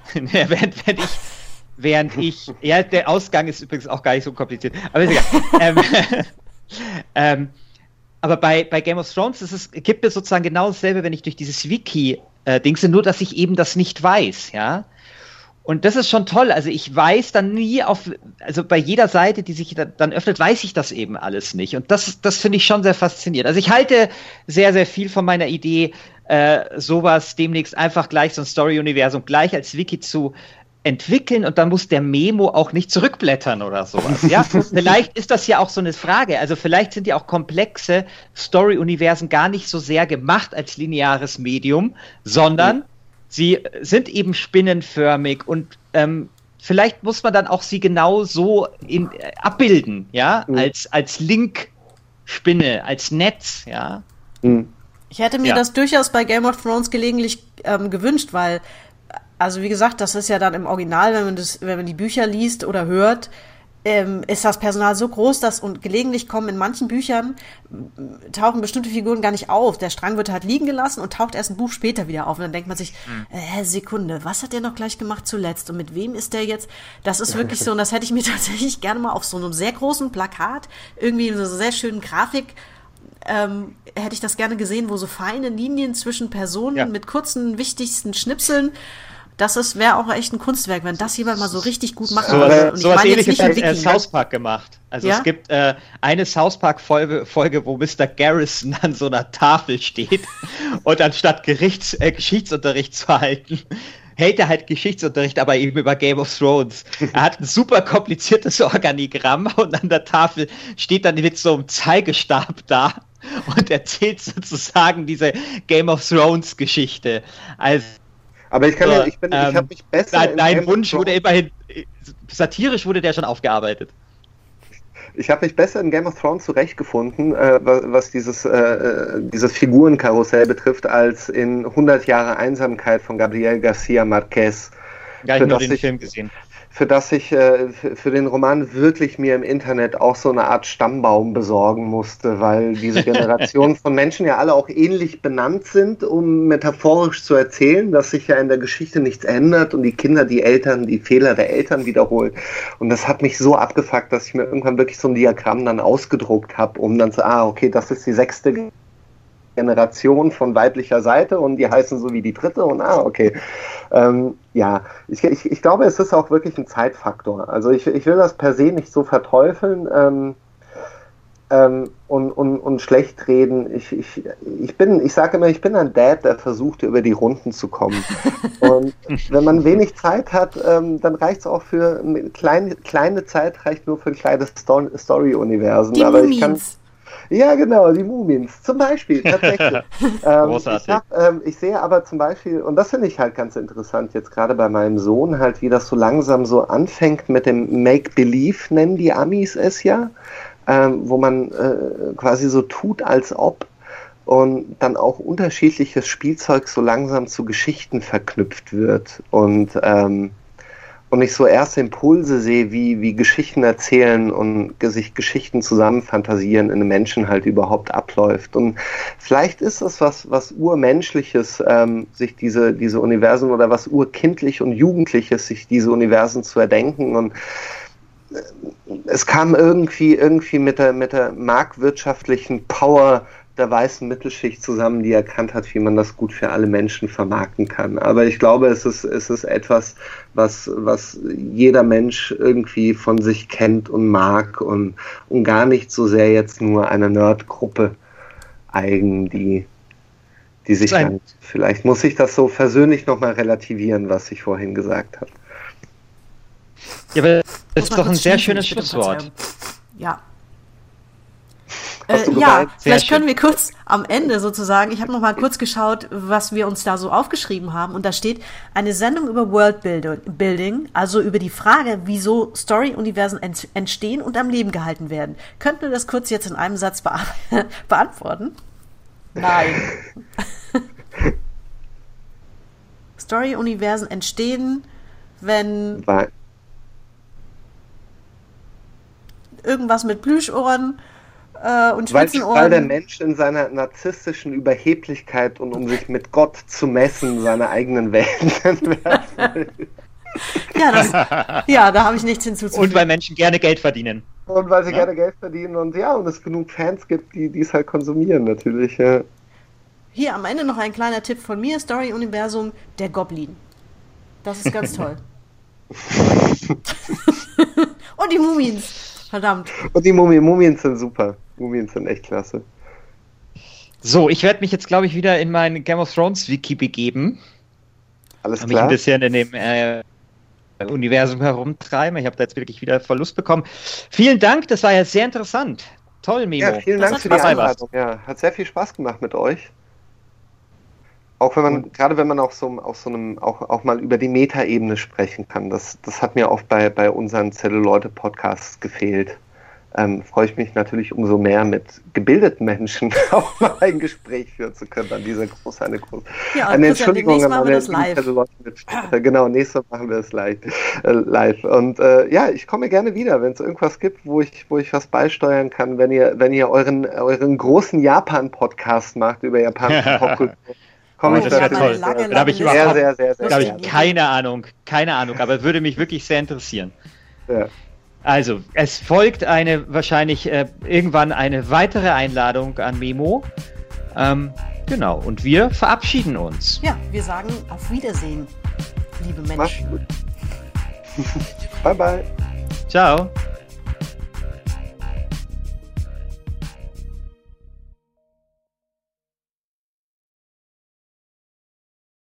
Während ich, ja, der Ausgang ist übrigens auch gar nicht so kompliziert, aber ist egal. Aber bei Game of Thrones gibt es sozusagen genau dasselbe, wenn ich durch dieses Wiki-Dingse, nur dass ich eben das nicht weiß, ja. Und das ist schon toll, also ich weiß dann nie also bei jeder Seite, die sich dann öffnet, weiß ich das eben alles nicht. Und das finde ich schon sehr faszinierend. Also ich halte sehr, sehr viel von meiner Idee, sowas demnächst einfach gleich so ein Story-Universum gleich als Wiki zu entwickeln und dann muss der Memo auch nicht zurückblättern oder sowas. Ja, vielleicht ist das ja auch so eine Frage. Also vielleicht sind ja auch komplexe Story-Universen gar nicht so sehr gemacht als lineares Medium, sondern sie sind eben spinnenförmig und vielleicht muss man dann auch sie genau so abbilden, ja, als Link-Spinne, als Netz, ja. Ich hätte mir das durchaus bei Game of Thrones gelegentlich gewünscht, weil also wie gesagt, das ist ja dann im Original, wenn man die Bücher liest oder hört, ist das Personal so groß, dass und gelegentlich kommen in manchen Büchern, tauchen bestimmte Figuren gar nicht auf. Der Strang wird halt liegen gelassen und taucht erst ein Buch später wieder auf. Und dann denkt man sich, Sekunde, was hat der noch gleich gemacht zuletzt? Und mit wem ist der jetzt? Das ist wirklich so, und das hätte ich mir tatsächlich gerne mal auf so einem sehr großen Plakat, irgendwie in so einer sehr schönen Grafik, hätte ich das gerne gesehen, wo so feine Linien zwischen Personen mit kurzen, wichtigsten Schnipseln. Das wäre auch echt ein Kunstwerk, wenn das jemand mal so richtig gut machen würde. Und so was Ähnliches hat South Park gemacht. Also es gibt eine South Park-Folge, wo Mr. Garrison an so einer Tafel steht und anstatt Geschichtsunterricht zu halten, hält er halt Geschichtsunterricht, aber eben über Game of Thrones. Er hat ein super kompliziertes Organigramm und an der Tafel steht dann mit so einem Zeigestab da und erzählt sozusagen diese Game of Thrones Geschichte. Also aber ich habe mich besser. Dein Wunsch wurde immerhin, satirisch wurde der schon aufgearbeitet. Ich habe mich besser in Game of Thrones zurechtgefunden, was dieses Figurenkarussell betrifft, als in 100 Jahre Einsamkeit von Gabriel García Márquez. Ja, ich habe nur den Film gesehen. Für das ich für den Roman wirklich mir im Internet auch so eine Art Stammbaum besorgen musste, weil diese Generation von Menschen ja alle auch ähnlich benannt sind, um metaphorisch zu erzählen, dass sich ja in der Geschichte nichts ändert und die Kinder die Fehler der Eltern wiederholen. Und das hat mich so abgefuckt, dass ich mir irgendwann wirklich so ein Diagramm dann ausgedruckt habe, um dann zu, okay, das ist die 6. Generation von weiblicher Seite und die heißen so wie die 3. und okay. Ja, ich glaube, es ist auch wirklich ein Zeitfaktor. Also ich will das per se nicht so verteufeln und schlecht reden. Ich sage immer, ich bin ein Dad, der versucht, über die Runden zu kommen. Und wenn man wenig Zeit hat, dann reicht es auch für kleine Zeit, reicht nur für kleine Story-Universen. Die Aber Mumins. Ja, genau, die Mumins zum Beispiel, tatsächlich. Großartig. Ich sehe aber zum Beispiel, und das finde ich halt ganz interessant, jetzt gerade bei meinem Sohn, halt, wie das so langsam so anfängt mit dem Make-Believe, nennen die Amis es ja, wo man quasi so tut, als ob, und dann auch unterschiedliches Spielzeug so langsam zu Geschichten verknüpft wird und ich so erste Impulse sehe, wie Geschichten erzählen und sich Geschichten zusammen fantasieren in einem Menschen halt überhaupt abläuft. Und vielleicht ist das was Urmenschliches, sich diese Universen, oder was Urkindlich und Jugendliches, sich diese Universen zu erdenken. Und es kam irgendwie mit der marktwirtschaftlichen Power der weißen Mittelschicht zusammen, die erkannt hat, wie man das gut für alle Menschen vermarkten kann. Aber ich glaube, es ist etwas, was jeder Mensch irgendwie von sich kennt und mag und gar nicht so sehr jetzt nur einer Nerdgruppe eigen, die sich dann, vielleicht muss ich das so versöhnlich nochmal relativieren, was ich vorhin gesagt habe. Ja, aber das ist doch ein sehr schönes Schlusswort. Ja. Ja, vielleicht können wir kurz am Ende sozusagen, ich habe noch mal kurz geschaut, was wir uns da so aufgeschrieben haben, und da steht eine Sendung über Worldbuilding, also über die Frage, wieso Story-Universen entstehen und am Leben gehalten werden. Könnten wir das kurz jetzt in einem Satz beantworten? Nein. Story-Universen entstehen, wenn irgendwas mit Plüschohren und Spitzenohren. Weil der Mensch in seiner narzisstischen Überheblichkeit und um sich mit Gott zu messen, seine eigenen Welten entwerfen will. Ja, da habe ich nichts hinzuzufügen. Und weil Menschen gerne Geld verdienen. Und weil sie gerne Geld verdienen und es genug Fans gibt, die es halt konsumieren natürlich. Ja. Hier am Ende noch ein kleiner Tipp von mir, Story-Universum, der Goblin. Das ist ganz toll. Und die Mumins. Verdammt. Und die Mumien sind super. Mumien sind echt klasse. So, ich werde mich jetzt, glaube ich, wieder in mein Game of Thrones Wiki begeben. Alles klar. Mich ein bisschen in dem Universum herumtreiben. Ich habe da jetzt wirklich wieder Verlust bekommen. Vielen Dank, das war ja sehr interessant. Toll, Mimo. Ja, vielen Dank für die Einladung. Ja, hat sehr viel Spaß gemacht mit euch. Auch wenn man, gerade wenn man auch mal über die Metaebene sprechen kann. Das hat mir oft bei unseren Zelluleute-Podcasts gefehlt. Freue ich mich natürlich umso mehr, mit gebildeten Menschen auch mal ein Gespräch führen zu können an dieser eine Entschuldigung an alle Zelluleute-Mitstreiter. Genau, nächstes Mal machen wir es live. Und ich komme gerne wieder, wenn es irgendwas gibt, wo ich was beisteuern kann, wenn ihr euren großen Japan-Podcast macht über japanische Popkultur. Das wäre toll. Da habe ich sehr keine Ahnung, aber würde mich wirklich sehr interessieren. Ja. Also, es folgt wahrscheinlich irgendwann eine weitere Einladung an Memo. Genau, und wir verabschieden uns. Ja, wir sagen auf Wiedersehen, liebe Menschen. Mach's gut. Bye, bye. Ciao.